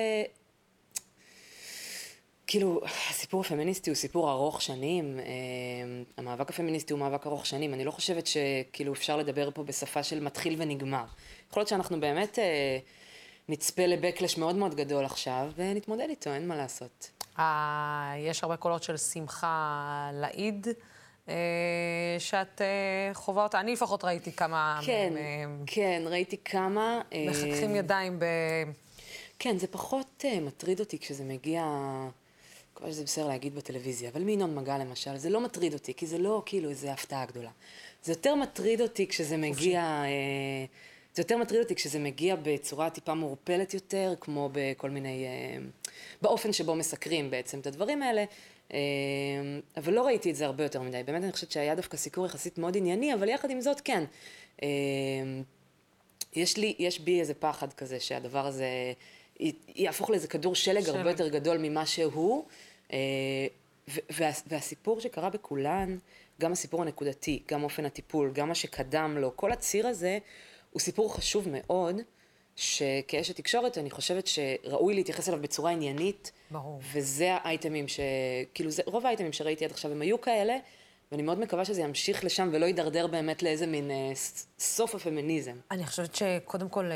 כאילו, הסיפור הפמיניסטי הוא סיפור ארוך שנים, המאבק הפמיניסטי הוא מאבק ארוך שנים, אני לא חושבת שכאילו אפשר לדבר פה בשפה של מתחיל ונגמר. יכול להיות שאנחנו באמת נצפה לבקלש מאוד מאוד גדול עכשיו, ונתמודד איתו, אין מה לעשות. יש הרבה קולות של שמחה לעיד, שאת חובה אותה. אני לפחות ראיתי כמה... כן, כן, ראיתי כמה... מחתכים ידיים ב... כן, זה פחות מטריד אותי כשזה מגיע... כבר שזה בסדר להגיד בטלוויזיה, אבל מינון מגע למשל, זה לא מטריד אותי, כי זה לא כאילו איזו הפתעה גדולה. זה יותר מטריד אותי כשזה מגיע, אה, זה יותר מטריד אותי כשזה מגיע בצורה טיפה מעורפלת יותר, כמו בכל מיני, אה, באופן שבו מסקרים בעצם את הדברים האלה, אה, אבל לא ראיתי את זה הרבה יותר מדי. באמת אני חושבת שהיה דווקא סיקור יחסית מאוד ענייני, אבל יחד עם זאת כן. אה, יש לי, יש בי איזה פחד כזה שהדבר הזה יהפוך לאיזה כדור שלג, שלג. הרבה יותר גדול ממה שהוא, וה, והסיפור שקרה בכולן, גם הסיפור הנקודתי, גם אופן הטיפול, גם מה שקדם לו, כל הציר הזה הוא סיפור חשוב מאוד, שכאשת תקשורת אני חושבת שראוי להתייחס אליו בצורה עניינית, ברור. וזה האייטמים ש... כאילו זה, רוב האייטמים שראיתי עד עכשיו הם היו כאלה, ואני מאוד מקווה שזה ימשיך לשם ולא יידרדר באמת לאיזה מין אה, סוף הפמיניזם. אני חושבת שקודם כל, אה,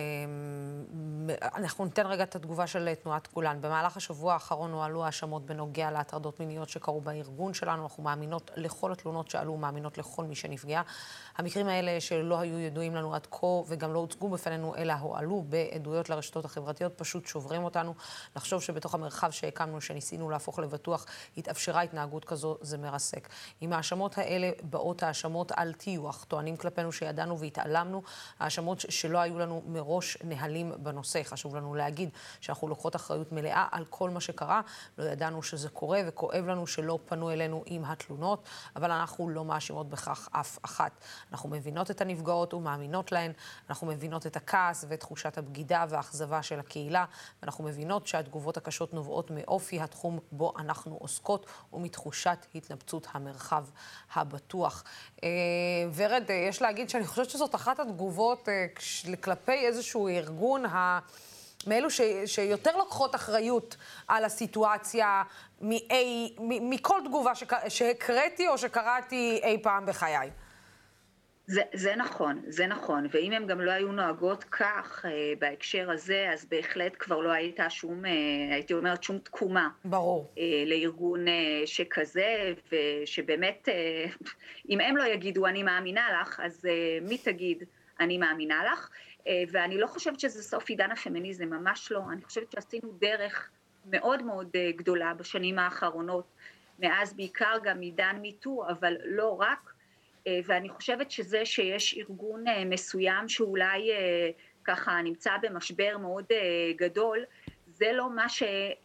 אנחנו ניתן רגע את התגובה של תנועת כולן. במהלך השבוע האחרון הועלו האשמות בנוגע להטרדות מיניות שקרו בארגון שלנו. אנחנו מאמינות לכל התלונות שעלו, מאמינות לכל מי שנפגע. המקרים האלה שלא היו ידועים לנו עד כה וגם לא הוצגו בפנינו, אלא הועלו בעדויות לרשתות החברתיות, פשוט שוברים אותנו. לחשוב שבתוך המרחב שהקמנו, שניסינו להפוך לבטוח, התאפשרה התנהגות כזו, זה מרסק. עם האשמות האלה באות האשמות על טיוח, טוענים כלפינו שידענו והתעלמנו, האשמות שלא היו לנו מראש נהלים בנושא. חשוב לנו להגיד שאנחנו לוקחות אחריות מלאה על כל מה שקרה, לא ידענו שזה קורה וכואב לנו שלא פנו אלינו עם התלונות, אבל אנחנו לא מאשימות בכך אף אחת. אנחנו מבינות את הנפגעות ומאמינות להן, אנחנו מבינות את הכעס ואת תחושת הבגידה והאכזבה של הקהילה, ואנחנו מבינות שהתגובות הקשות נובעות מאופי התחום בו אנחנו עוסקות ומתחושת התנפצות המרחב הבטוח. ורד, יש להגיד שאני חושבת שזאת אחת התגובות כלפי איזשהו ארגון ה... מאלו ש... שיותר לוקחות אחריות על הסיטואציה מאי... מכל תגובה שק... שהקראתי או שקראתי אי פעם בחיי. זה, זה נכון, זה נכון, ואם הם גם לא היו נוהגות כך אה, בהקשר הזה, אז בהחלט כבר לא הייתה שום, אה, הייתי אומרת, שום תקומה. ברור. אה, לארגון אה, שכזה, ושבאמת, אה, אם הם לא יגידו אני מאמינה לך, אז אה, מי תגיד אני מאמינה לך? אה, ואני לא חושבת שזה סוף עידן הפמיניזם, ממש לא. אני חושבת שעשינו דרך מאוד מאוד אה, גדולה בשנים האחרונות, מאז בעיקר גם עידן מיטו, אבל לא רק. ואני חושבת שזה שיש ארגון מסוים שאולי ככה נמצא במשבר מאוד גדול, זה לא מה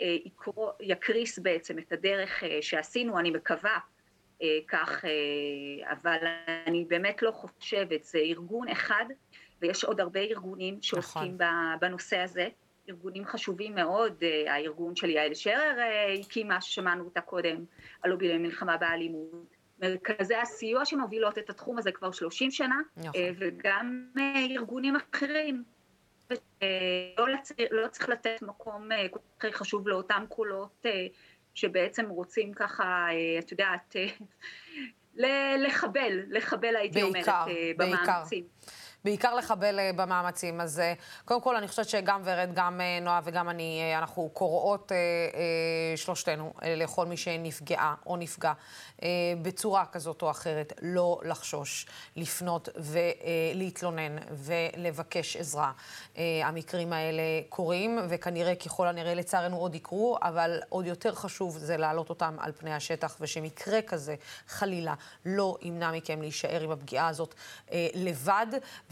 שיקריס בעצם את הדרך שעשינו, אני מקווה כך, אבל אני באמת לא חושבת, זה ארגון אחד, ויש עוד הרבה ארגונים שעוסקים בנושא הזה, ארגונים חשובים מאוד, הארגון של יעל שרר הקימה, ששמענו אותה קודם, הלובי למלחמה באלימות, מרכזי הסיוע שמובילות את התחום הזה כבר שלושים שנה, וגם ארגונים אחרים. לא צריך לתת מקום כל כך חשוב לאותם קולות שבעצם רוצים ככה, את יודעת, לחבל, לחבל הייתי אומרת במאמצים. בעיקר לחבל במאמצים. אז קודם כל אני חושבת שגם ורד, גם נועה וגם אני, אנחנו קוראות שלושתנו לכל מי שנפגעה או נפגע בצורה כזאת או אחרת, לא לחשוש, לפנות ולהתלונן ולבקש עזרה. המקרים האלה קורים וכנראה ככל הנראה לצערנו עוד יקרו, אבל עוד יותר חשוב זה להעלות אותם על פני השטח, ושמקרה כזה חלילה לא ימנע מכם להישאר עם הפגיעה הזאת לבד. ו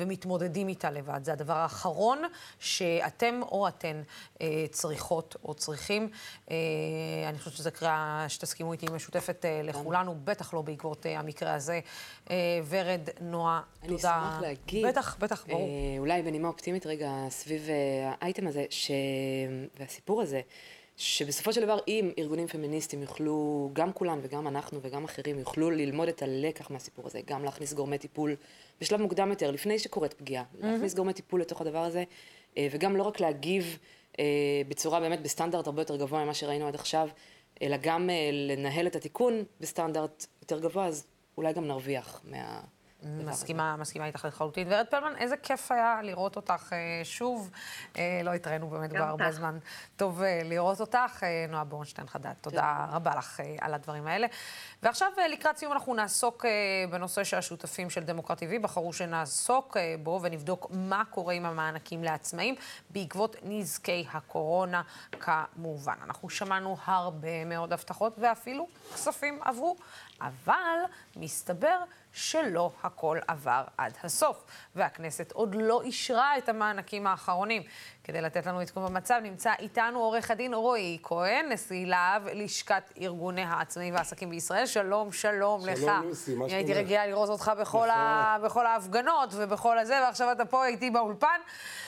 ומתמודדים איתה לבד. זה הדבר האחרון שאתם או אתן אה, צריכות או צריכים. אה, אני חושבת שזו קריאה שתסכימו איתי משותפת אה, לכולנו, בטח לא בעקבות אה, המקרה הזה. אה, ורד, נועה, תודה. אני אשמח להגיד. בטח, בטח, ברור. אה, אולי בנימה אופטימית רגע סביב אה, האייטם הזה, ש... והסיפור הזה, שבסופו של דבר, אם ארגונים פמיניסטיים יוכלו, גם כולן וגם אנחנו וגם אחרים, יוכלו ללמוד את הלקח מהסיפור הזה, גם להכניס גורמי טיפול בשלב מוקדם יותר, לפני שקורית פגיעה, mm-hmm. להכניס גורמי טיפול לתוך הדבר הזה, וגם לא רק להגיב בצורה באמת בסטנדרט הרבה יותר גבוה ממה שראינו עד עכשיו, אלא גם לנהל את התיקון בסטנדרט יותר גבוה, אז אולי גם נרוויח מה... מסכימה, מסכימה איתך לחלוטין. ורד פלמן, איזה כיף היה לראות אותך שוב. לא התראינו באמת כבר הרבה זמן. טוב לראות אותך. נועה בורנשטיין חדד, תודה רבה לך על הדברים האלה. ועכשיו לקראת סיום אנחנו נעסוק בנושא שהשותפים של דמוקרט טי וי בחרו שנעסוק בו ונבדוק מה קורה עם המענקים לעצמאים בעקבות נזקי הקורונה כמובן. אנחנו שמענו הרבה מאוד הבטחות ואפילו כספים עברו, אבל מסתבר שלא הכל עבר עד הסוף, והכנסת עוד לא אישרה את המענקים האחרונים. כדי לתת לנו עדכון במצב, נמצא איתנו עורך הדין רועי כהן, נשיא להב, לשכת ארגוני העצמאים והעסקים בישראל. שלום, שלום, שלום לך. שלום, לוסי, מה שלומך? הייתי רגילה לראות אותך בכל, ה... בכל ההפגנות ובכל הזה, ועכשיו אתה פה איתי באולפן.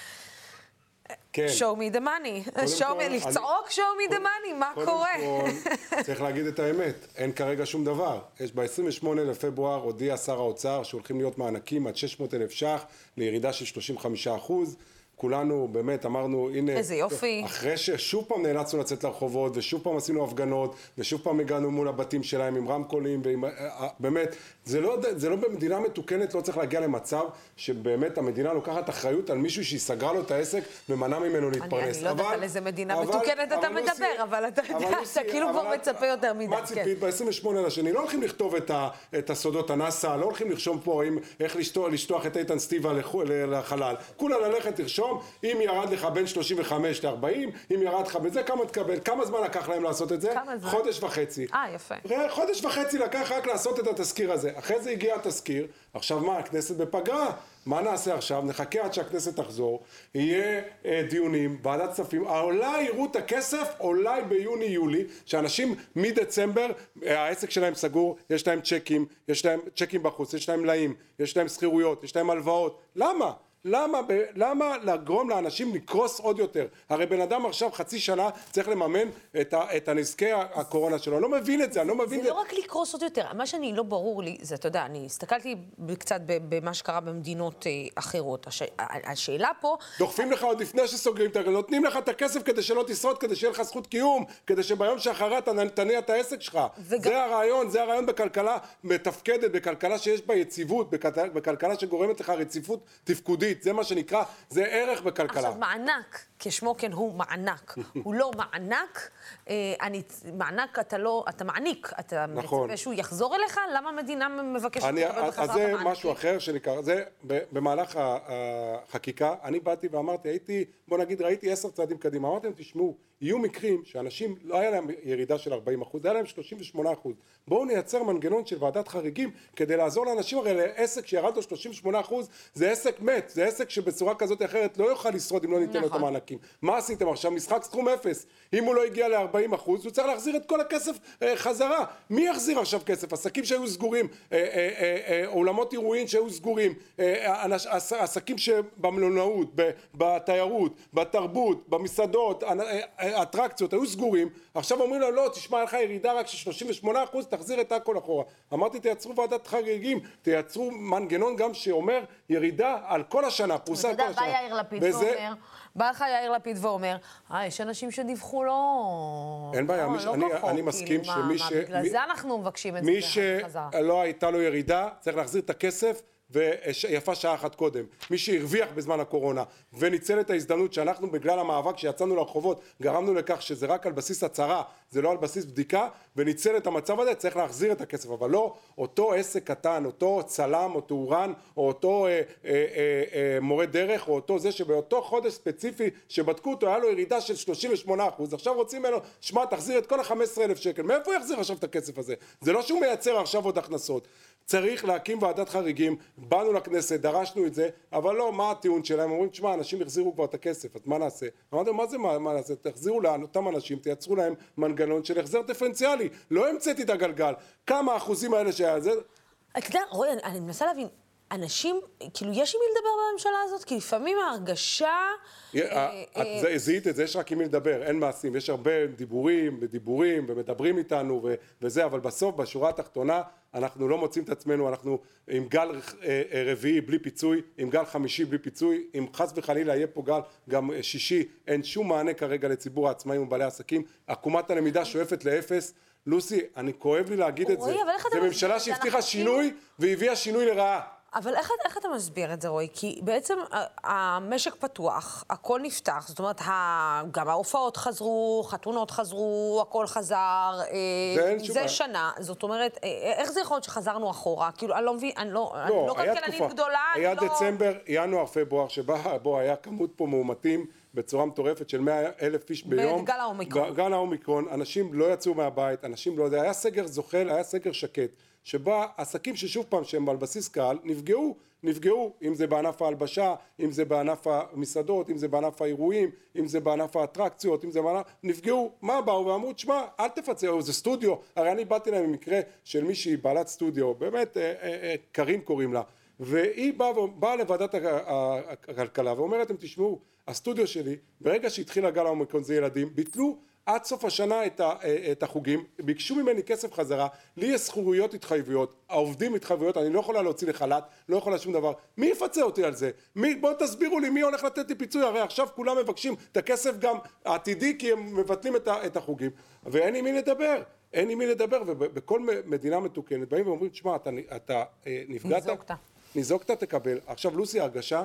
כן. show me the money. show me, אני... לצעוק show me the money, מה קורה? קודם כל, צריך להגיד את האמת, אין כרגע שום דבר. יש ב-עשרים ושמונה לפברואר הודיע שר האוצר שהולכים להיות מענקים עד שש מאות אלף ש"ח לירידה של שלושים וחמישה אחוז. כולנו באמת אמרנו, הנה, איזה יופי. אחרי ששוב פעם נאלצנו לצאת לרחובות, ושוב פעם עשינו הפגנות, ושוב פעם הגענו מול הבתים שלהם עם רמקולים, ועם, באמת, זה לא, זה לא במדינה מתוקנת, לא צריך להגיע למצב שבאמת המדינה לוקחת אחריות על מישהו שהיא סגרה לו את העסק ומנע ממנו להתפרנס. אני, אני לא יודעת על איזה מדינה אבל, מתוקנת אתה מדבר, לוסי, אבל אתה יודע, אתה כאילו כבר מצפה יותר מדי. מה ציפית? ב-עשרים ושמונה לשני, לא הולכים לכתוב את, ה, את הסודות הנאסא, לא הולכים לרשום פה עם, איך לשטוח, לשטוח את איתן סטיבה לחלל. כולה ללכת לרשום, אם ירד לך בין שלושים וחמש ל-ארבעים, אם ירד לך בזה, כמה תקבל? כמה זמן לקח להם לעשות את זה? כמה זמן? חודש וחצי. אה, יפה. חודש וחצי לקח רק לעשות את התזכיר הזה. אחרי זה הגיע התזכיר, עכשיו מה? הכנסת בפגרה. מה נעשה עכשיו? נחכה עד שהכנסת תחזור, יהיה אה, דיונים, ועדת כספים, אולי יראו את הכסף, אולי ביוני-יולי, שאנשים מדצמבר, אה, העסק שלהם סגור, יש להם צ'קים, יש להם צ'קים בחוץ, יש להם מלאים, יש להם שכירויות, יש להם הלוואות. למה? למה, ב, למה לגרום לאנשים לקרוס עוד יותר? הרי בן אדם עכשיו חצי שנה צריך לממן את, ה, את הנזקי הקורונה שלו. אני לא מבין את זה, אני לא מבין את זה. זה לא רק לקרוס עוד יותר. מה שאני לא ברור לי, זה, אתה יודע, אני הסתכלתי קצת במה שקרה במדינות אחרות. הש, השאלה פה... דוחפים לך עוד לפני שסוגרים, נותנים לך את הכסף כדי שלא תשרוד, כדי שיהיה לך זכות קיום, כדי שביום שאחרי אתה תניע את העסק שלך. וגם... זה הרעיון, זה הרעיון בכלכלה מתפקדת, בכלכלה שיש בה יציבות, בכלכלה שגורמת לך רציפות תפקודית. זה מה שנקרא, זה ערך בכלכלה. עכשיו, מענק, כשמו כן הוא מענק. הוא לא מענק, אה, אני, מענק אתה לא, אתה מעניק, אתה נכון. מצפה שהוא יחזור אליך, למה המדינה מבקשת אני, לקבל בחזרה אז זה משהו אחר שנקרא, זה במהלך החקיקה, אני באתי ואמרתי, הייתי, בוא נגיד, ראיתי עשר צעדים קדימה, אמרתם, תשמעו, יהיו מקרים שאנשים, לא היה להם ירידה של ארבעים אחוז, היה להם שלושים ושמונה אחוז. בואו נייצר מנגנון של ועדת חריגים, כדי לעזור לאנשים, הרי לעסק שירד לו שלושים ושמונה אחוז, זה עסק מת, זה עסק שבצורה כזאת אחרת לא יוכל לשרוד אם לא ניתן לו את המענקים. מה עשיתם עכשיו? משחק סכום אפס. אם הוא לא הגיע ל-ארבעים אחוז, הוא צריך להחזיר את כל הכסף אה, חזרה. מי יחזיר עכשיו כסף? עסקים שהיו סגורים, אה, אה, אה, אה, עולמות אירועים שהיו סגורים, אה, עס, עסקים שבמלונאות, בתיירות, בתרבות, במסעדות, אה, אטרקציות, היו סגורים, עכשיו אומרים לו, לא, תשמע לך ירידה רק של שלושים ושמונה אחוז, תחזיר את הכל אחורה. אמרתי, תייצרו ועדת חריגים, תייצרו מנגנון גם שאומר ירידה על כל השנה, פרוסה על כל השנה. אתה יודע, בא יאיר לפיד ואומר, בא לך יאיר לפיד ואומר, אה, יש אנשים שדיווחו לא... אין בעיה, אני מסכים שמי ש... בגלל זה אנחנו מבקשים את זה. מי שלא הייתה לו ירידה, צריך להחזיר את הכסף, ויפה שעה אחת קודם. מי שהרוויח בזמן הקורונה וניצל את ההזדמנות שאנחנו בגלל המאבק שיצאנו לרחובות גרמנו לכך שזה רק על בסיס הצהרה, זה לא על בסיס בדיקה, וניצל את המצב הזה, צריך להחזיר את הכסף. אבל לא אותו עסק קטן, אותו צלם או תאורן או אותו אה, אה, אה, אה, מורה דרך או אותו זה שבאותו חודש ספציפי שבדקו אותו היה לו ירידה של שלושים ושמונה אחוז, עכשיו רוצים ממנו, שמע, תחזיר את כל ה-חמישה עשר אלף שקל. מאיפה יחזיר עכשיו את הכסף הזה? זה לא שהוא מייצר עכשיו עוד הכנסות. צריך להקים ועדת חריגים באנו לכנסת, דרשנו את זה, אבל לא, מה הטיעון שלהם? אומרים, תשמע, אנשים החזירו כבר את הכסף, אז מה נעשה? אמרתם, מה זה מה, מה נעשה? תחזירו לאותם אנשים, תייצרו להם מנגנון של החזר דיפרנציאלי. לא המצאתי את הגלגל. כמה אחוזים האלה שהיה זה? אתה יודע, רועי, אני מנסה להבין, אנשים, כאילו, יש עם מי לדבר בממשלה הזאת? כי לפעמים ההרגשה... את זיהית את זה, יש רק עם מי לדבר, אין מעשים, יש הרבה דיבורים ודיבורים ומדברים איתנו וזה, אבל בסוף, בשורה התחתונה, אנחנו לא מוצאים את עצמנו, אנחנו עם גל רביעי בלי פיצוי, עם גל חמישי בלי פיצוי, אם חס וחלילה יהיה פה גל גם שישי, אין שום מענה כרגע לציבור העצמאים ובעלי העסקים, עקומת הלמידה שואפת לאפס. לוסי, אני כואב לי להגיד את זה, זה ממשלה שהבטיחה שינוי והביאה שינוי לרעה. אבל איך, איך אתה מסביר את זה, רועי? כי בעצם המשק פתוח, הכל נפתח, זאת אומרת, גם ההופעות חזרו, חתונות חזרו, הכל חזר, זה שנה, זאת אומרת, איך זה יכול להיות שחזרנו אחורה? כאילו, אני לא מבין, אני לא, לא, לא כלכלנית גדולה, היה אני לא... דצמבר, ינואר, פברואר, שבה בו היה כמות פה מאומתים בצורה מטורפת של מאה אלף איש ביום. בגל האומיקרון. בגל האומיקרון, אנשים לא יצאו מהבית, אנשים לא... זה היה סגר זוחל, היה סגר שקט. שבה עסקים ששוב פעם שהם על בסיס קהל נפגעו, נפגעו, אם זה בענף ההלבשה, אם זה בענף המסעדות, אם זה בענף האירועים, אם זה בענף האטרקציות, אם זה בענף... נפגעו, מה באו ואמרו, תשמע, אל תפצה, זה סטודיו, הרי אני באתי להם במקרה של מישהי בעלת סטודיו, באמת, אה, אה, אה, קרים קוראים לה, והיא באה, באה לוועדת הכלכלה ואומרת, הם תשמעו, הסטודיו שלי, ברגע שהתחיל הגל האומיקרון זה ילדים, ביטלו עד סוף השנה את, ה, את החוגים, ביקשו ממני כסף חזרה, לי יש זכויות התחייבויות, העובדים התחייבויות, אני לא יכולה להוציא לחל"ת, לא יכולה שום דבר, מי יפצה אותי על זה? מי, בואו תסבירו לי מי הולך לתת לי פיצוי, הרי עכשיו כולם מבקשים את הכסף גם העתידי כי הם מבטלים את, ה, את החוגים, ואין עם מי לדבר, אין עם מי לדבר, ובכל מדינה מתוקנת באים ואומרים, תשמע, אתה, אתה נפגעת, ניזוקת. ניזוקת תקבל, עכשיו לוסי הרגשה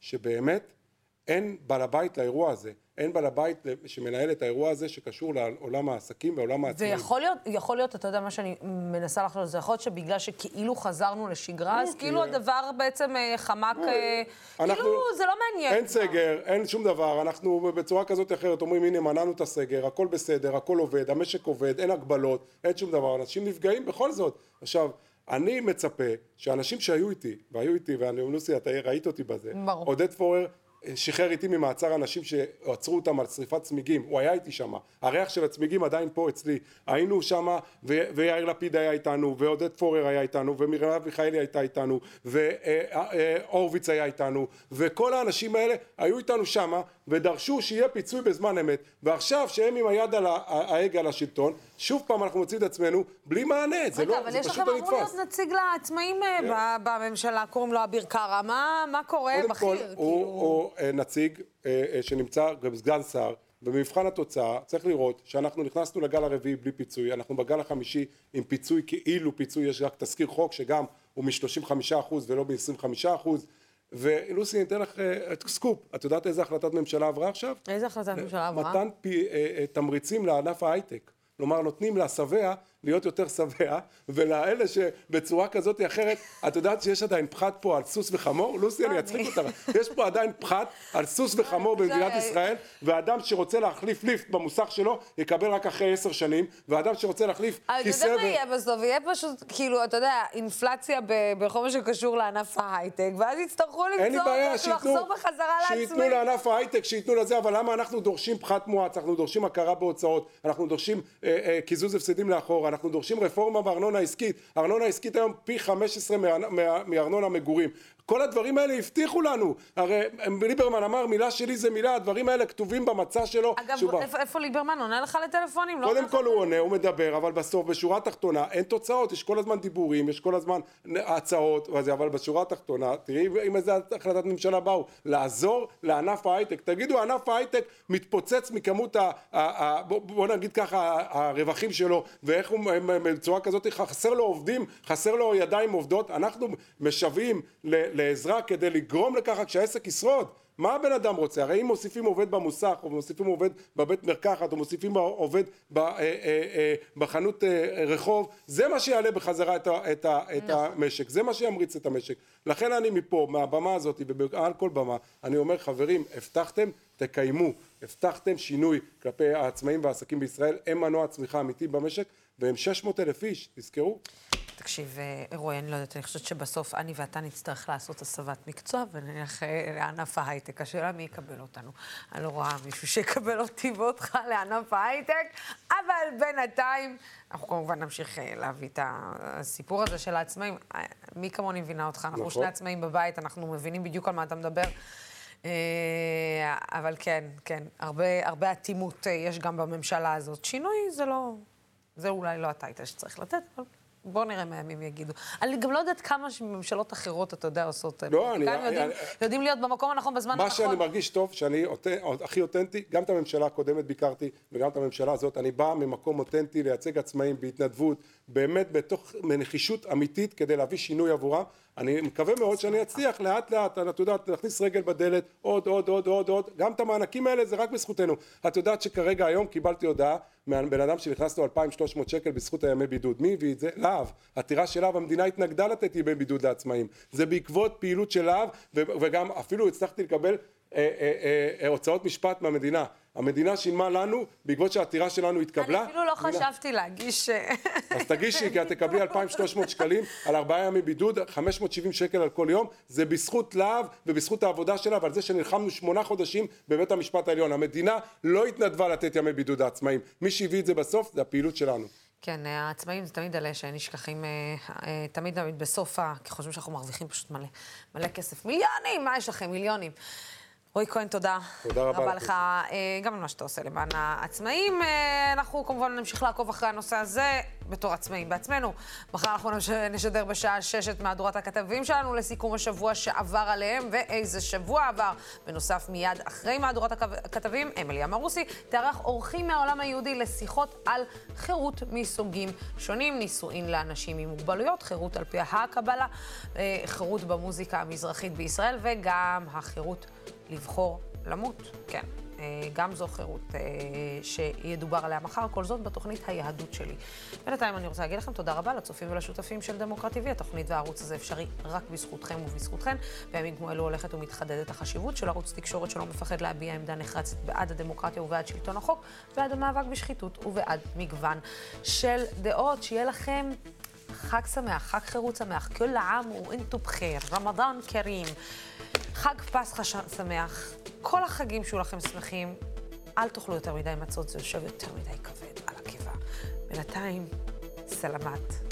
שבאמת אין בעל הבית לאירוע הזה, אין בעל הבית שמנהל את האירוע הזה שקשור לעולם העסקים ועולם העצמאים. ויכול להיות, יכול להיות, אתה יודע מה שאני מנסה לחשוב, זה יכול להיות שבגלל שכאילו חזרנו לשגרה, אז כאילו הדבר בעצם חמק, כאילו זה לא מעניין. אין סגר, אין שום דבר, אנחנו בצורה כזאת אחרת אומרים, הנה מנענו את הסגר, הכל בסדר, הכל עובד, המשק עובד, אין הגבלות, אין שום דבר, אנשים נפגעים בכל זאת. עכשיו, אני מצפה שאנשים שהיו איתי, והיו איתי, ואני לוסי, אתה ראית אותי בזה, עודד פורר, שחרר איתי ממעצר אנשים שעצרו אותם על שריפת צמיגים, הוא היה איתי שם, הריח של הצמיגים עדיין פה אצלי, היינו שם ויאיר לפיד היה איתנו, ועודד פורר היה איתנו, ומרב מיכאלי הייתה איתנו, ואורביץ היה איתנו, וכל האנשים האלה היו איתנו שם, ודרשו שיהיה פיצוי בזמן אמת, ועכשיו שהם עם היד על ההגה על השלטון, שוב פעם אנחנו מוצאים את עצמנו בלי מענה, זה לא, זה פשוט לא נתפס. אבל יש לכם אמור להיות נציג לעצמאים בממשלה, קוראים לו אביר קארה, מה קורה בכיר? הוא נציג שנמצא גם סגן שר, במבחן התוצאה צריך לראות שאנחנו נכנסנו לגל הרביעי בלי פיצוי, אנחנו בגל החמישי עם פיצוי כאילו פיצוי, יש רק תזכיר חוק שגם הוא מ-שלושים וחמישה אחוז ולא מ-עשרים וחמישה אחוז, ולוסי, אני אתן לך סקופ, את יודעת איזה החלטת ממשלה עברה עכשיו? איזה החלטת ממשלה עברה? מתן תמריצים לענף ההייטק, כלומר נותנים לשבע להיות יותר שבע, ולאלה שבצורה כזאת או אחרת, את יודעת שיש עדיין פחת פה על סוס וחמור? לוסי, אני אצחיק אותה. יש פה עדיין פחת על סוס וחמור במדינת ישראל, ואדם שרוצה להחליף ליפט במוסך שלו, יקבל רק אחרי עשר שנים, ואדם שרוצה להחליף כיסא... אתה יודע מה יהיה בסוף? יהיה פשוט, כאילו, אתה יודע, אינפלציה בכל מה שקשור לענף ההייטק, ואז יצטרכו לחזור בחזרה לעצמי. שייתנו לענף ההייטק, שייתנו לזה, אבל למה אנחנו דורשים פחת מואץ, אנחנו דורשים הכרה בהוצאות, אנחנו דורשים קיזוז הפסדים לאחור, אנחנו דורשים רפורמה בארנונה עסקית, ארנונה עסקית היום פי חמש עשרה מארנונה מגורים. כל הדברים האלה הבטיחו לנו, הרי ליברמן אמר מילה שלי זה מילה, הדברים האלה כתובים במצע שלו. אגב, איפה ליברמן עונה לך לטלפונים? קודם כל הוא עונה, הוא מדבר, אבל בסוף בשורה התחתונה אין תוצאות, יש כל הזמן דיבורים, יש כל הזמן הצעות, אבל בשורה התחתונה, תראי עם איזה החלטת ממשלה באו, לעזור לענף ההייטק, תגידו ענף ההייטק מתפוצץ מכמות, בוא נגיד ככה, הרווחים שלו, ואיך הוא בצורה כזאת, חסר לו עובדים, חסר לו ידיים עובדות, אנחנו משווים לעזרה כדי לגרום לככה כשהעסק ישרוד. מה הבן אדם רוצה? הרי אם מוסיפים עובד במוסך, או מוסיפים עובד בבית מרקחת, או מוסיפים עובד בחנות רחוב, זה מה שיעלה בחזרה את המשק, זה מה שימריץ את המשק. לכן אני מפה, מהבמה הזאת, ועל כל במה, אני אומר, חברים, הבטחתם, תקיימו, הבטחתם שינוי כלפי העצמאים והעסקים בישראל, הם מנוע הצמיחה אמיתי במשק, והם שש מאות אלף איש, תזכרו. תקשיב, רועי, אני לא יודעת, אני חושבת שבסוף אני ואתה נצטרך לעשות הסבת מקצוע, ונלך לענף ההייטק. השאלה מי יקבל אותנו. אני לא רואה מישהו שיקבל אותי ואותך לענף ההייטק, אבל בינתיים, אנחנו כמובן נמשיך להביא את הסיפור הזה של העצמאים. מי כמוני מבינה אותך? אנחנו שני עצמאים בבית, אנחנו מבינים בדיוק על מה אתה מדבר. אבל כן, כן, הרבה, הרבה אטימות יש גם בממשלה הזאת. שינוי זה לא, זה אולי לא הטייטל שצריך לתת, אבל בואו נראה מה ימים יגידו. אני גם לא יודעת כמה ממשלות אחרות, אתה יודע, עושות. לא, אני... יודעים, אני, יודעים להיות במקום הנכון בזמן מה הנכון. שאני מרגיש טוב, שאני הכי אותנטי, גם את הממשלה הקודמת ביקרתי, וגם את הממשלה הזאת, אני בא ממקום אותנטי לייצג עצמאים בהתנדבות, באמת בתוך נחישות אמיתית כדי להביא שינוי עבורה. אני מקווה מאוד שאני אצליח לאט לאט, את יודעת, להכניס רגל בדלת, עוד, עוד, עוד, עוד, עוד, גם את המענקים האלה זה רק בזכותנו. את יודעת שכרגע היום קיבלתי הודעה מהבן אדם שנכנס לו אלפיים ושלוש מאות שקל בזכות הימי בידוד. מי הביא את זה? להב. עתירה של להב, המדינה התנגדה לתת ימי בידוד לעצמאים. זה בעקבות פעילות של להב, וגם אפילו הצלחתי לקבל אה, אה, אה, הוצאות משפט מהמדינה. המדינה שילמה לנו, בעקבות שהעתירה שלנו התקבלה. אני אפילו לא חשבתי להגיש... אז תגישי, כי את תקבלי אלפיים ושלוש מאות שקלים על ארבעה ימי בידוד, חמש מאות שבעים שקל על כל יום. זה בזכות להב ובזכות העבודה שלה, ועל זה שנלחמנו שמונה חודשים בבית המשפט העליון. המדינה לא התנדבה לתת ימי בידוד לעצמאים. מי שהביא את זה בסוף, זה הפעילות שלנו. כן, העצמאים זה תמיד עלה שנשכחים, תמיד תמיד בסוף, כי חושבים שאנחנו מרוויחים פשוט מלא, מלא כסף. מיליונים, מה יש לכם? מיליונים. רועי כהן, תודה. תודה רבה. רבה לך, גם על מה שאתה עושה למען העצמאים. אנחנו כמובן נמשיך לעקוב אחרי הנושא הזה בתור עצמאים בעצמנו. מחר אנחנו נשדר בשעה שש את מהדורת הכתבים שלנו לסיכום השבוע שעבר עליהם, ואיזה שבוע עבר. בנוסף, מיד אחרי מהדורת הכתבים, אמילי אמרוסי תארח אורחים מהעולם היהודי לשיחות על חירות מסוגים שונים, נישואין לאנשים עם מוגבלויות, חירות על פי הקבלה, חירות במוזיקה המזרחית בישראל, וגם החירות לבחור למות, כן, גם זו חירות שידובר עליה מחר, כל זאת בתוכנית היהדות שלי. בינתיים אני רוצה להגיד לכם תודה רבה לצופים ולשותפים של דמוקרט טי וי. התוכנית והערוץ הזה אפשרי רק בזכותכם ובזכותכן. בימים כמו אלו הולכת ומתחדדת החשיבות של ערוץ תקשורת שלא מפחד להביע עמדה נחרצת בעד הדמוקרטיה ובעד שלטון החוק, בעד המאבק בשחיתות ובעד מגוון של דעות. שיהיה לכם חג שמח, חג חירות שמח, כל העם ואינתו בחיר, רמדאן קרים. חג פסחא שמח, כל החגים שהוא לכם שמחים, אל תאכלו יותר מדי מצות, זה יושב יותר מדי כבד על הקיבה. בינתיים, סלמת.